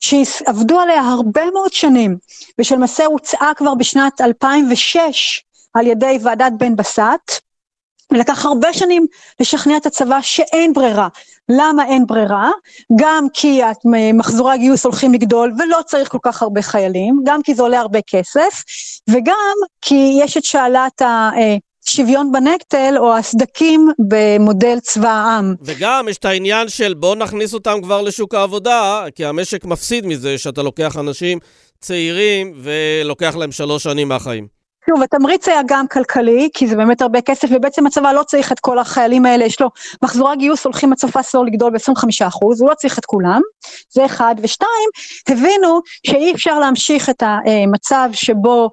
שעבדו עליה הרבה מאוד שנים, ושלמעשה הוצאה כבר בשנת אלפיים ושש על ידי ועדת בן בסט, ולקח הרבה שנים לשכנע את הצבא שאין ברירה. למה אין ברירה? גם כי מחזורי הגיוס הולכים לגדול ולא צריך כל כך הרבה חיילים, גם כי זה עולה הרבה כסף, וגם כי יש את שאלת ה... שוויון בנטל או הסדקים במודל צבא העם. וגם יש את העניין של בוא נכניס אותם כבר לשוק העבודה, כי המשק מפסיד מזה שאתה לוקח אנשים צעירים ולוקח להם שלוש שנים מהחיים. שוב, התמריץ היה גם כלכלי, כי זה באמת הרבה כסף, ובעצם הצבא לא צריך את כל החיילים האלה, יש לו מחזורי גיוס הולכים הצבא שלו לגדול ב-עשרים וחמישה אחוז, הוא לא צריך את כולם, זה אחד, ושתיים, הבינו שאי אפשר להמשיך את המצב שבו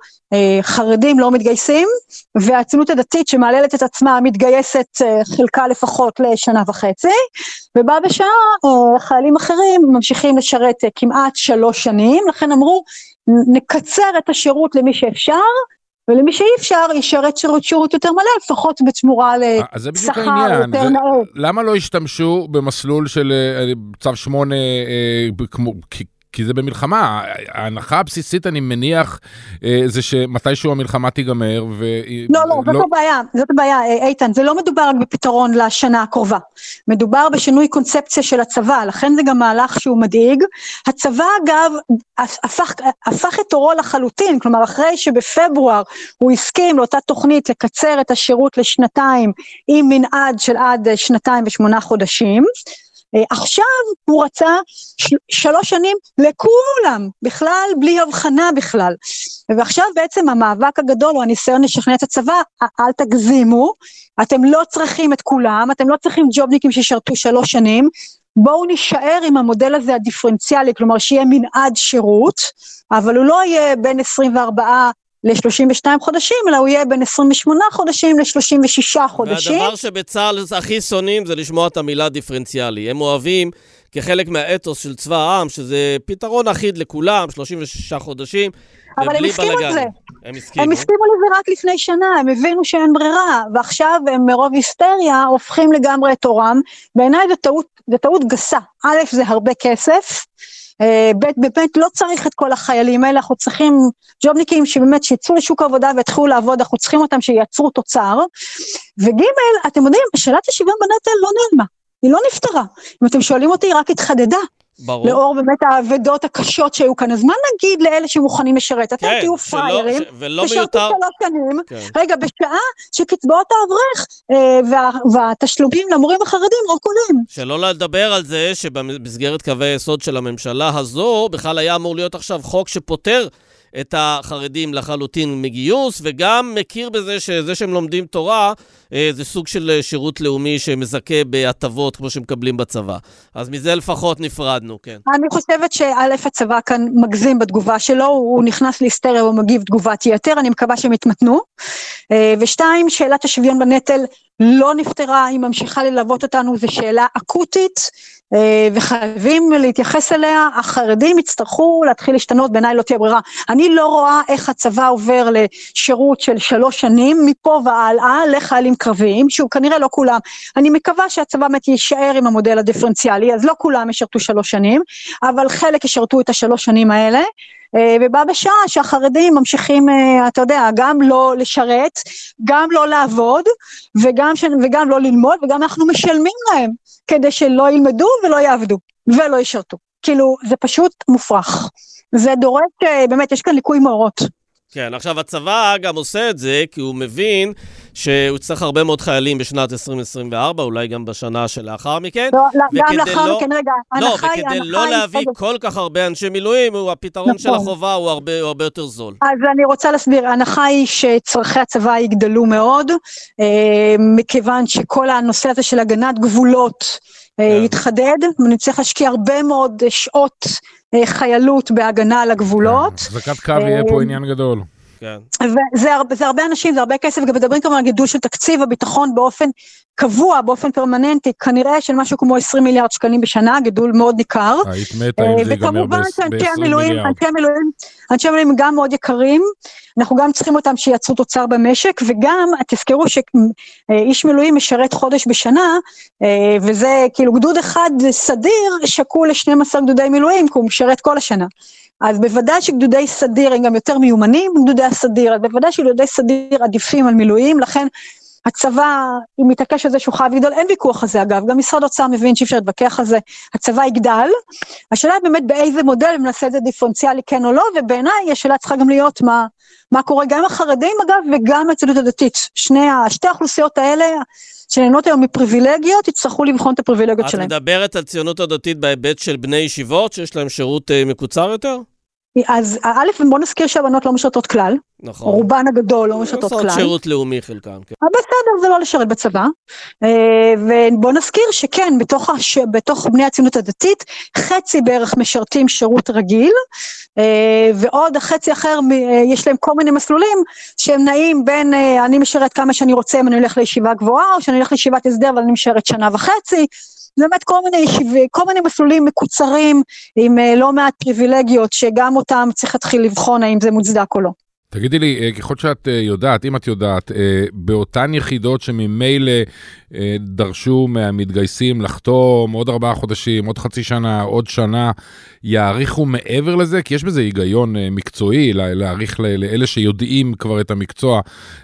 חרדים לא מתגייסים, והציונות הדתית שמעללת את עצמה מתגייסת חלקה לפחות לשנה וחצי, ובא בשעה חיילים אחרים ממשיכים לשרת כמעט שלוש שנים, לכן אמרו נקצר את השירות למי שאפשר, ולמי שאי אפשר ישרת שירות שירות יותר מלא, לפחות בתמורה לשכר יותר נאות. למה לא השתמשו במסלול של צו שמונה כמו... כי זה במלחמה, ההנחה הבסיסית אני מניח זה שמתישהו המלחמה תיגמר ו... לא, לא, זאת הבעיה, זאת הבעיה, איתן, זה לא מדובר רק בפתרון לשנה הקרובה, מדובר בשינוי קונספציה של הצבא, לכן זה גם מהלך שהוא מדאיג, הצבא אגב הפך, הפך את אורו לחלוטין, כלומר אחרי שבפברואר הוא הסכים לאותה תוכנית לקצר את השירות לשנתיים עם מנעד של עד שנתיים ושמונה חודשים, עכשיו הוא רצה של, שלוש שנים לכולם, בכלל בלי הבחנה בכלל, ועכשיו בעצם המאבק הגדול הוא הניסיון לשכנע את הצבא, אל תגזימו, אתם לא צריכים את כולם, אתם לא צריכים ג'ובניקים ששרתו שלוש שנים, בואו נשאר עם המודל הזה הדיפרנציאלי, כלומר שיהיה מנעד שירות, אבל הוא לא יהיה בין עשרים וארבע ל-שלושים ושניים חודשים, אלא הוא יהיה בין עשרים ושמונה חודשים ל-שלושים ושישה חודשים. והדבר שבצה"ל הכי שונאים זה לשמוע את המילה דיפרנציאלי. הם אוהבים כחלק מהאתוס של צבא העם, שזה פתרון אחיד לכולם, שלושים ושישה חודשים, אבל הם הסכימו את זה. הם הסכימו. הם הסכימו לזה רק לפני שנה, הם הבינו שאין ברירה, ועכשיו הם מרוב היסטריה הופכים לגמרי את אורם. בעיניי זה טעות, זה טעות גסה. א', זה הרבה כסף, ב', באמת לא צריך את כל החיילים האלה, אנחנו צריכים ג'ובניקים שבאמת שיצאו לשוק העבודה והתחילו לעבוד, אנחנו צריכים אותם שייצרו תוצר, וג', אתם יודעים, שאלת השוויון בנטל לא נעלמה, היא לא נפתרה, אם אתם שואלים אותי, היא רק התחדדה, ברור. לאור באמת העבדות הקשות שהיו כאן, אז מה נגיד לאלה שמוכנים לשרת? אתם כן, תהיו פריירים, ולא תשרתו מיותר... שלוש שנים, כן. רגע, בשעה שקצבאות האברך אה, וה, והתשלומים למורים החרדים רק עולים. שלא לדבר על זה שבמסגרת קווי היסוד של הממשלה הזו, בכלל היה אמור להיות עכשיו חוק שפותר את החרדים לחלוטין מגיוס, וגם מכיר בזה שזה שהם לומדים תורה, זה סוג של שירות לאומי שמזכה בהטבות כמו שמקבלים בצבא. אז מזה לפחות נפרדנו, כן. אני חושבת שא' הצבא כאן מגזים בתגובה שלו, הוא נכנס להיסטריה ומגיב תגובת יתר, אני מקווה שהם יתמתנו. ושתיים, שאלת השוויון בנטל לא נפתרה, היא ממשיכה ללוות אותנו, זו שאלה אקוטית, וחייבים להתייחס אליה, החרדים יצטרכו להתחיל להשתנות, בעיניי לא תהיה ברירה. אני לא רואה איך הצבא עובר לשירות של שלוש שנים, מפה והלאה, לחיילים קרביים, שהוא כנראה לא כולם. אני מקווה שהצבא באמת יישאר עם המודל הדיפרנציאלי, אז לא כולם ישרתו שלוש שנים, אבל חלק ישרתו את השלוש שנים האלה, ובא בשעה שהחרדים ממשיכים, אתה יודע, גם לא לשרת, גם לא לעבוד, וגם, וגם לא ללמוד, וגם אנחנו משלמים להם, כדי שלא ילמדו ולא יעבדו, ולא ישרתו. כאילו, זה פשוט מופרך. זה דורק, באמת, יש כאן ליקוי מאורות. כן, עכשיו הצבא גם עושה את זה, כי הוא מבין שהוא צריך הרבה מאוד חיילים בשנת עשרים עשרים וארבע, אולי גם בשנה שלאחר מכן. לא, גם לאחר מכן, רגע, לא, וכדי לא להביא כל כך הרבה אנשי מילואים, הפתרון של החובה הוא הרבה יותר זול. אז אני רוצה להסביר, ההנחה היא שצרכי הצבא יגדלו מאוד, מכיוון שכל הנושא הזה של הגנת גבולות יתחדד, ונצטרך להשקיע הרבה מאוד שעות חיילות בהגנה על הגבולות. זקת קו יהיה פה עניין גדול. וזה הרבה אנשים, זה הרבה כסף, וגם מדברים כמובן על גידול של תקציב הביטחון באופן קבוע, באופן פרמננטי, כנראה של משהו כמו עשרים מיליארד שקלים בשנה, גידול מאוד ניכר. היית מתה אם זה ייגמר ב-עשרים מיליארד. אנשי המילואים גם מאוד יקרים, אנחנו גם צריכים אותם שייצרו תוצר במשק, וגם תזכרו שאיש מילואים משרת חודש בשנה, וזה כאילו גדוד אחד סדיר שקול ל-שנים עשר גדודי מילואים, כי הוא משרת כל השנה. אז בוודאי שגדודי סדיר הם גם יותר מיומנים גדודי הסדיר, אז בוודאי שגדודי סדיר עדיפים על מילואים, לכן הצבא, אם מתעקש על זה שהוא חייב לגדול, אין ויכוח על זה אגב, גם משרד אוצר מבין שאי אפשר להתווכח על זה, הצבא יגדל, השאלה היא באמת באיזה מודל, אם נעשה את זה דיפרנציאלי כן או לא, ובעיניי השאלה צריכה גם להיות מה, מה קורה גם החרדים אגב, וגם הציונות הדתית, שני, שתי האוכלוסיות האלה, שנהנות היום מפריבילגיות, יצטרכו לבחון את הפריבילגיות שלהם. את מדברת על ציונות הדתית בהיבט של בני ישיבות, שיש להם שירות אה, מקוצר יותר? אז א', בוא נזכיר שהבנות לא משרתות כלל, נכון. רובן הגדול לא משרתות כלל. עושות שירות לאומי חלקם. כן. בסדר, זה לא לשרת בצבא, ובוא נזכיר שכן, בתוך, הש... בתוך בני הציונות הדתית, חצי בערך משרתים שירות רגיל, ועוד החצי אחר, יש להם כל מיני מסלולים, שהם נעים בין, אני משרת כמה שאני רוצה, אם אני הולך לישיבה גבוהה, או שאני הולך לישיבת הסדר, ואני משרת שנה וחצי, באמת כל מיני ישיבי, כל מיני מסלולים מקוצרים, עם לא מעט פריבילגיות, שגם אותם צריך להתחיל לבחון, האם זה מוצדק או לא. תגידי לי, ככל שאת יודעת, אם את יודעת, באותן יחידות שממילא דרשו מהמתגייסים לחתום עוד ארבעה חודשים, עוד חצי שנה, עוד שנה, יעריכו מעבר לזה? כי יש בזה היגיון מקצועי, להעריך לאלה שיודעים כבר את המקצוע,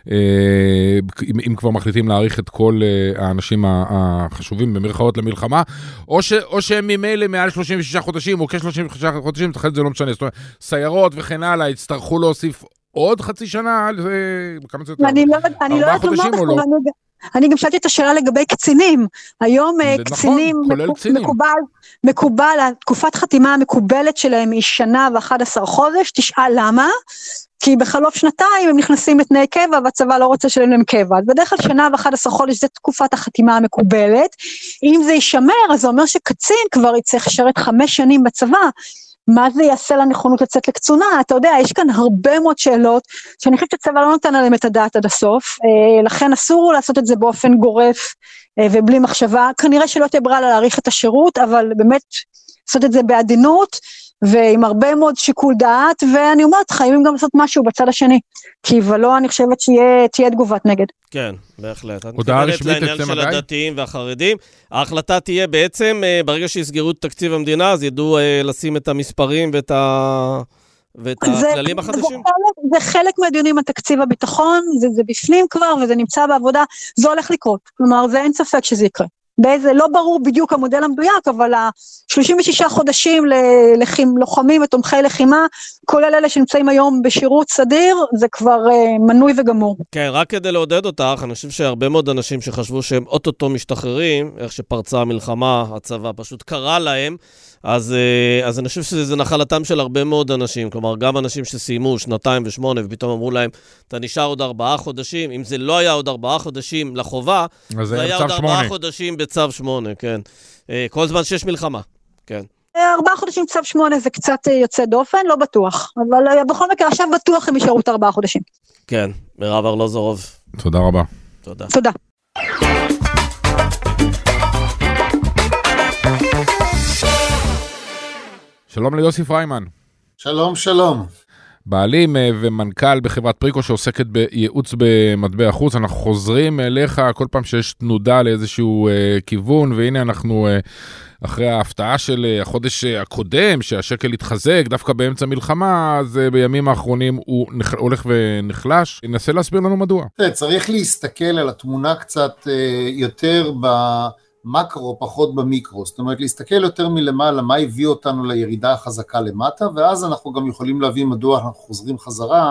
אם כבר מחליטים להעריך את כל האנשים החשובים במרכאות למלחמה, או, ש, או שהם ממילא מעל שלושים ושישה חודשים, או כ-שלושים ושישה חודשים, תחילת זה לא משנה, זאת אומרת, סיירות וכן הלאה, יצטרכו להוסיף עוד חצי שנה, כמה זה יותר? אני לא יודעת לומר, אני גם שאלתי את השאלה לגבי קצינים, היום קצינים מקובל, התקופת חתימה המקובלת שלהם היא שנה ואחד עשר חודש, תשאל למה? כי בחלוף שנתיים הם נכנסים לתנאי קבע, והצבא לא רוצה שלהם להם קבע, אז בדרך כלל שנה ואחד עשר חודש זה תקופת החתימה המקובלת, אם זה יישמר, אז זה אומר שקצין כבר יצטרך לשרת חמש שנים בצבא, מה זה יעשה לנכונות לצאת לקצונה? אתה יודע, יש כאן הרבה מאוד שאלות, שאני חושבת שהצבא לא נותן עליהם את הדעת עד הסוף, לכן אסור לעשות את זה באופן גורף, ובלי מחשבה, כנראה שלא תהיה ברירה להאריך את השירות, אבל באמת לעשות את זה בעדינות, ועם הרבה מאוד שיקול דעת, ואני אומרת, חייבים גם לעשות משהו בצד השני, כי ולא אני חושבת שתהיה תגובת נגד. כן, בהחלט. הודעה רשמית לעניין של הדתיים והחרדים. ההחלטה תהיה בעצם, ברגע שיסגרו את תקציב המדינה, אז ידעו לשים את המספרים ואת ה... ואת הכללים החדשים? זה חלק מהדיונים על תקציב הביטחון, זה, זה בפנים כבר, וזה נמצא בעבודה, זה הולך לקרות. כלומר, זה אין ספק שזה יקרה. באיזה, לא ברור בדיוק המודל המדויק, אבל ה-שלושים ושישה חודשים ללוחמים ותומכי לחימה, כולל אלה שנמצאים היום בשירות סדיר, זה כבר uh, מנוי וגמור. כן, רק כדי לעודד אותך, אני חושב שהרבה מאוד אנשים שחשבו שהם אוטוטו משתחררים, איך שפרצה המלחמה, הצבא פשוט קרא להם, אז, אז אני חושב שזה נחלתם של הרבה מאוד אנשים, כלומר, גם אנשים שסיימו שנתיים ושמונה, ופתאום אמרו להם, אתה נשאר עוד ארבעה חודשים, אם זה לא היה עוד ארבעה חודשים לחובה, זה היה עוד ארבעה חודשים בצו שמונה, כן. כל זמן שיש מלחמה, כן. ארבעה חודשים צו שמונה זה קצת יוצא דופן, לא בטוח, אבל בכל מקרה, עכשיו בטוח הם יישארו את ארבעה חודשים. כן, מירב ארלוזורוב. תודה רבה. תודה. תודה. שלום ליוסי פריימן. שלום, שלום. בעלים ומנכ"ל בחברת פריקו שעוסקת בייעוץ במטבע חוץ. אנחנו חוזרים אליך כל פעם שיש תנודה לאיזשהו אה, כיוון, והנה אנחנו אה, אחרי ההפתעה של החודש הקודם, שהשקל התחזק דווקא באמצע מלחמה, אז אה, בימים האחרונים הוא נח, הולך ונחלש. ננסה להסביר לנו מדוע. צריך להסתכל על התמונה קצת אה, יותר ב... מקרו, פחות במיקרו, זאת אומרת להסתכל יותר מלמעלה, מה הביא אותנו לירידה החזקה למטה, ואז אנחנו גם יכולים להבין מדוע אנחנו חוזרים חזרה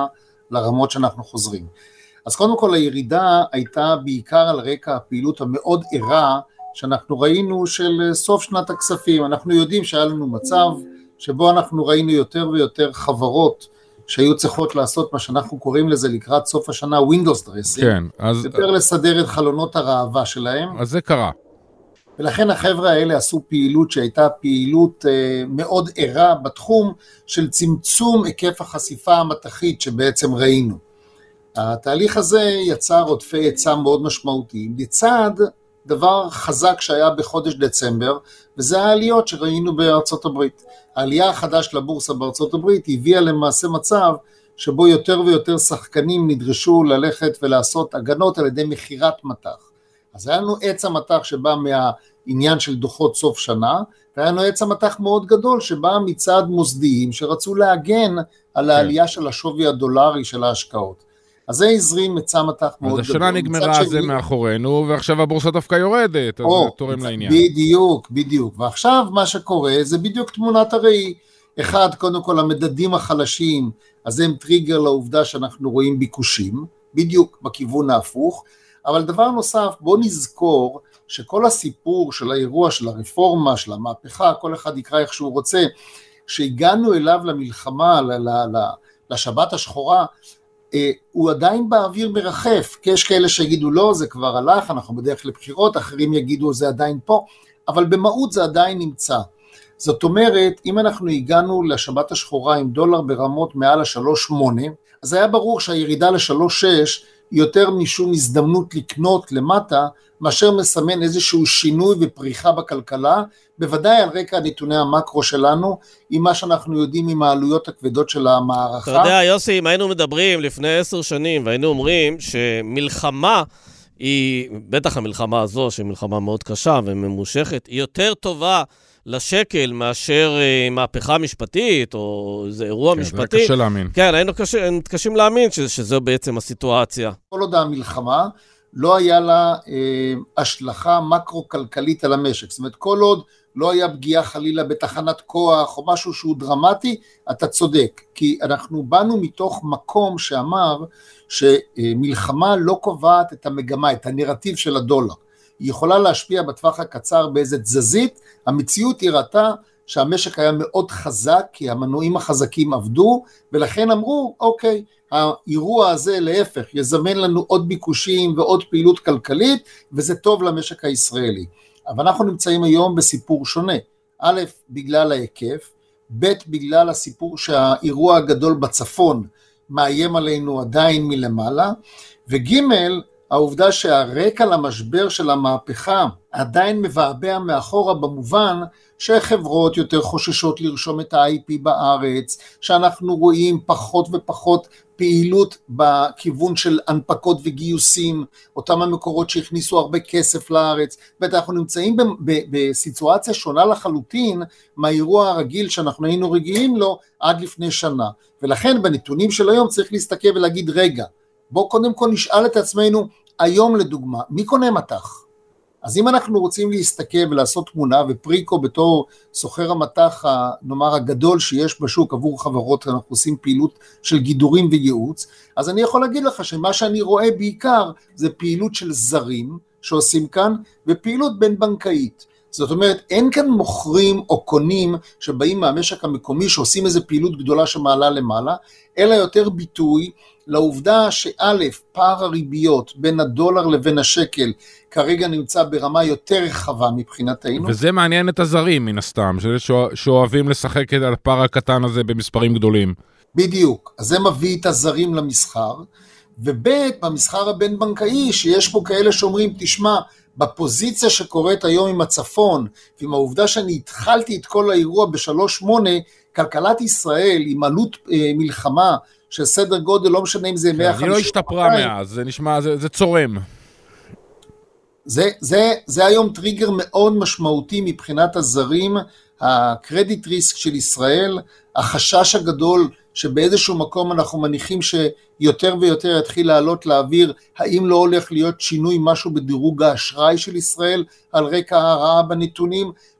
לרמות שאנחנו חוזרים. אז קודם כל הירידה הייתה בעיקר על רקע הפעילות המאוד ערה שאנחנו ראינו של סוף שנת הכספים. אנחנו יודעים שהיה לנו מצב שבו אנחנו ראינו יותר ויותר חברות שהיו צריכות לעשות מה שאנחנו קוראים לזה לקראת סוף השנה Windows dressing, כן, אז... יותר לסדר את חלונות הרעבה שלהם. אז זה קרה. ולכן החבר'ה האלה עשו פעילות שהייתה פעילות אה, מאוד ערה בתחום של צמצום היקף החשיפה המתחית שבעצם ראינו. התהליך הזה יצר עודפי היצע מאוד משמעותיים, לצד דבר חזק שהיה בחודש דצמבר, וזה העליות שראינו בארצות הברית. העלייה החדש לבורסה בארצות הברית הביאה למעשה מצב שבו יותר ויותר שחקנים נדרשו ללכת ולעשות הגנות על ידי מחירת מטח. אז היה לנו עץ המטח שבא מהעניין של דוחות סוף שנה, והיה לנו עץ המטח מאוד גדול שבא מצד מוסדיים שרצו להגן על העלייה של השווי הדולרי של ההשקעות. אז זה הזרים מצא מתח מאוד גדול. אז השנה נגמרה זה מאחורינו, ועכשיו הבורסה דווקא יורדת, אז זה תורם לעניין. בדיוק, בדיוק. ועכשיו מה שקורה זה בדיוק תמונת הראי. אחד, קודם כל המדדים החלשים, אז הם טריגר לעובדה שאנחנו רואים ביקושים, בדיוק בכיוון ההפוך, אבל דבר נוסף, בוא נזכור שכל הסיפור של האירוע, של הרפורמה, של המהפכה, כל אחד יקרא איך שהוא רוצה, שהגענו אליו למלחמה, לשבת השחורה, הוא עדיין באוויר מרחף, כי יש כאלה שיגידו לא, זה כבר הלך, אנחנו בדרך לבחירות, אחרים יגידו זה עדיין פה, אבל במהות זה עדיין נמצא. זאת אומרת, אם אנחנו הגענו לשבת השחורה עם דולר ברמות מעל ה-שלוש נקודה שמונה, אז היה ברור שהירידה ל-שלוש נקודה שש היא יותר משום הזדמנות לקנות למטה, מאשר מסמן איזשהו שינוי ופריחה בכלכלה, בוודאי על רקע נתוני המקרו שלנו, עם מה שאנחנו יודעים עם העלויות הכבדות של המערכה. אתה יודע, יוסי, אם היינו מדברים לפני עשר שנים, והיינו אומרים שמלחמה היא, בטח המלחמה הזו, שהיא מלחמה מאוד קשה וממושכת, היא יותר טובה לשקל מאשר מהפכה משפטי, או איזה אירוע כן, משפטי. זה קשה להאמין. כן, היינו קשה, מתקשים להאמין שזו בעצם הסיטואציה. כל עוד המלחמה לא היה לה אה, השלכה מקרו-כלכלית על המשק. זאת אומרת, כל עוד לא היה פגיעה חלילה בתחנת כוח או משהו שהוא דרמטי, אתה צודק. כי אנחנו באנו מתוך מקום שאמר שמלחמה לא קובעת את המגמה, את הנרטיב של הדולר. היא יכולה להשפיע בטווח הקצר באיזה תזזית, המציאות היא ראתה שהמשק היה מאוד חזק, כי המנועים החזקים עבדו, ולכן אמרו, אוקיי, האירוע הזה להפך, יזמן לנו עוד ביקושים ועוד פעילות כלכלית, וזה טוב למשק הישראלי. אבל אנחנו נמצאים היום בסיפור שונה, א', בגלל ההיקף, ב', בגלל הסיפור שהאירוע הגדול בצפון מאיים עלינו עדיין מלמעלה, וג', העובדה שהרקע למשבר של המהפכה עדיין מבעבע מאחורה במובן שחברות יותר חוששות לרשום את ה-איי פי בארץ, שאנחנו רואים פחות ופחות פעילות בכיוון של הנפקות וגיוסים, אותם המקורות שהכניסו הרבה כסף לארץ, ואנחנו נמצאים בסיטואציה שונה לחלוטין מהאירוע הרגיל שאנחנו היינו רגילים לו עד לפני שנה, ולכן בנתונים של היום צריך להסתכל ולהגיד רגע, בוא קודם כל נשאל את עצמנו, היום לדוגמה, מי קונה מטח? אז אם אנחנו רוצים להסתכל ולעשות תמונה, ופריקו בתור סוחר המטח, נאמר הגדול שיש בשוק עבור חברות, אנחנו עושים פעילות של גידורים וייעוץ, אז אני יכול להגיד לך שמה שאני רואה בעיקר, זה פעילות של זרים שעושים כאן, ופעילות בין בנקאית. זאת אומרת, אין כאן מוכרים או קונים שבאים מהמשק המקומי שעושים איזו פעילות גדולה שמעלה למעלה, אלא יותר ביטוי לעובדה שא', פער הריביות בין הדולר לבין השקל כרגע נמצא ברמה יותר רחבה מבחינתנו. וזה מעניין את הזרים מן הסתם, שאוהבים לשחק על הפער הקטן הזה במספרים גדולים. בדיוק, אז זה מביא את הזרים למסחר, וב', במסחר הבין בנקאי שיש פה כאלה שאומרים, תשמע, בפוזיציה שקורית היום עם הצפון, ועם העובדה שאני התחלתי את כל האירוע ב-שלוש שמונה, כלכלת ישראל עם עלות אה, מלחמה, של סדר גודל, לא משנה אם זה מאה וחמישים. היא לא השתפרה מאז, זה נשמע, זה, זה צורם. זה, זה, זה היום טריגר מאוד משמעותי מבחינת הזרים, הקרדיט ריסק של ישראל, החשש הגדול שבאיזשהו מקום אנחנו מניחים שיותר ויותר יתחיל לעלות לאוויר, האם לא הולך להיות שינוי משהו בדירוג האשראי של ישראל, על רקע הרעה בנתונים,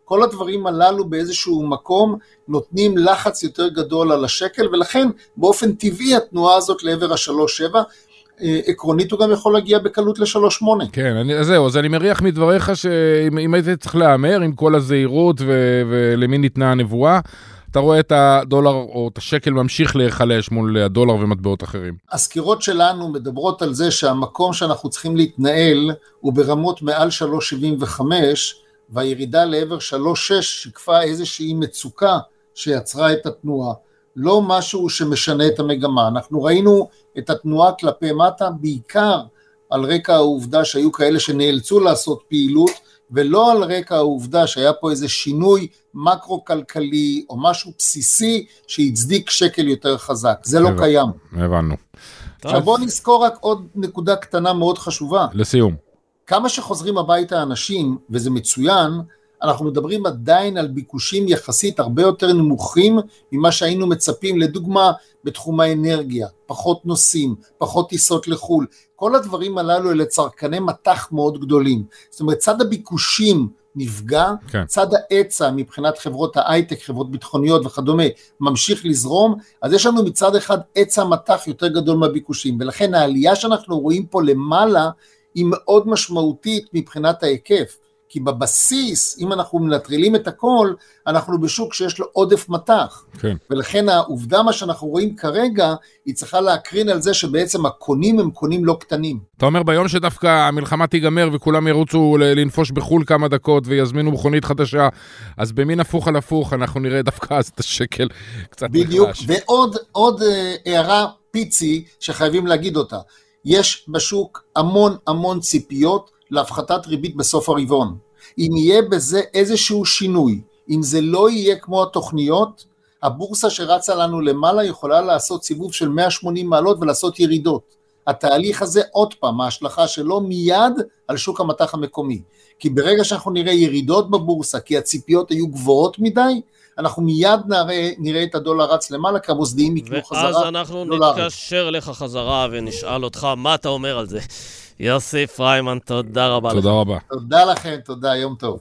כל הדברים הללו באיזשהו מקום נותנים לחץ יותר גדול על השקל, ולכן באופן טבעי התנועה הזאת לעבר ה-שלוש שבע, עקרונית הוא גם יכול להגיע בקלות ל-שלוש שמונה. כן, אני, זהו, אז אני מריח מדבריך שאם היית צריך לאמר עם כל הזהירות ו- ולמי ניתנה הנבואה, אתה רואה את הדולר או את השקל ממשיך להיחלש מול הדולר ומטבעות אחרים. הסקירות שלנו מדברות על זה שהמקום שאנחנו צריכים להתנהל הוא ברמות מעל שלוש שבעים וחמש, והירידה לעבר שלוש שש שיקפה איזושהי מצוקה שיצרה את התנועה. לא משהו שמשנה את המגמה. אנחנו ראינו את התנועה כלפי מטה בעיקר על רקע העובדה שהיו כאלה שנאלצו לעשות פעילות, ולא על רקע העובדה שהיה פה איזה שינוי מקרו-כלכלי או משהו בסיסי שהצדיק שקל יותר חזק. זה לא קיים. הבנו. עכשיו בואו נזכור רק עוד נקודה קטנה מאוד חשובה. לסיום. כמה שחוזרים הביתה אנשים, וזה מצוין, אנחנו מדברים עדיין על ביקושים יחסית הרבה יותר נמוכים ממה שהיינו מצפים, לדוגמה בתחום האנרגיה, פחות נוסעים, פחות טיסות לחול, כל הדברים הללו אלה צרכני מתח מאוד גדולים, זאת אומרת צד הביקושים נפגע, כן. צד העצה מבחינת חברות ההייטק, חברות ביטחוניות וכדומה, ממשיך לזרום, אז יש לנו מצד אחד עצה מתח יותר גדול מהביקושים, ולכן העלייה שאנחנו רואים פה למעלה, היא מאוד משמעותית מבחינת ההיקף, כי בבסיס, אם אנחנו מנטרלים את הכל, אנחנו בשוק שיש לו עודף מתח. כן. ולכן העובדה מה שאנחנו רואים כרגע, היא צריכה להקרין על זה שבעצם הקונים הם קונים לא קטנים. אתה אומר ביום שדווקא המלחמה תיגמר וכולם ירוצו לנפוש בחול כמה דקות ויזמינו מכונית חדשה, אז במין הפוך על הפוך אנחנו נראה דווקא אז את השקל קצת נחלש. בדיוק, ועוד עוד, אה, הערה פיצי שחייבים להגיד אותה. יש בשוק המון המון ציפיות להפחתת ריבית בסוף הרבעון. אם יהיה בזה איזשהו שינוי, אם זה לא יהיה כמו התוכניות, הבורסה שרצה לנו למעלה יכולה לעשות סיבוב של מאה ושמונים מעלות ולעשות ירידות. התהליך הזה עוד פעם, ההשלכה שלו מיד על שוק המתח המקומי. כי ברגע שאנחנו נראה ירידות בבורסה, כי הציפיות היו גבוהות מדי, אנחנו מיד נראה, נראה את הדולר רץ למעלה, כי המוסדיים יקנו חזרה. ואז אנחנו נתקשר לך חזרה ונשאל אותך מה אתה אומר על זה. יוסי פריימן, תודה רבה לך. תודה רבה. תודה לכם, תודה, יום טוב.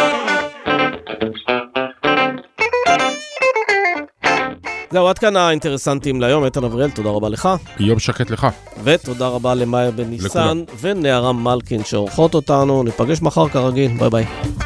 זהו, עד כאן האינטרסנטים להיום. איתן אבריאל, תודה רבה לך. יום שקט לך. ותודה רבה למאיה בן ניסן ונערה מלכין שעורכות אותנו. ניפגש מחר כרגיל, ביי ביי.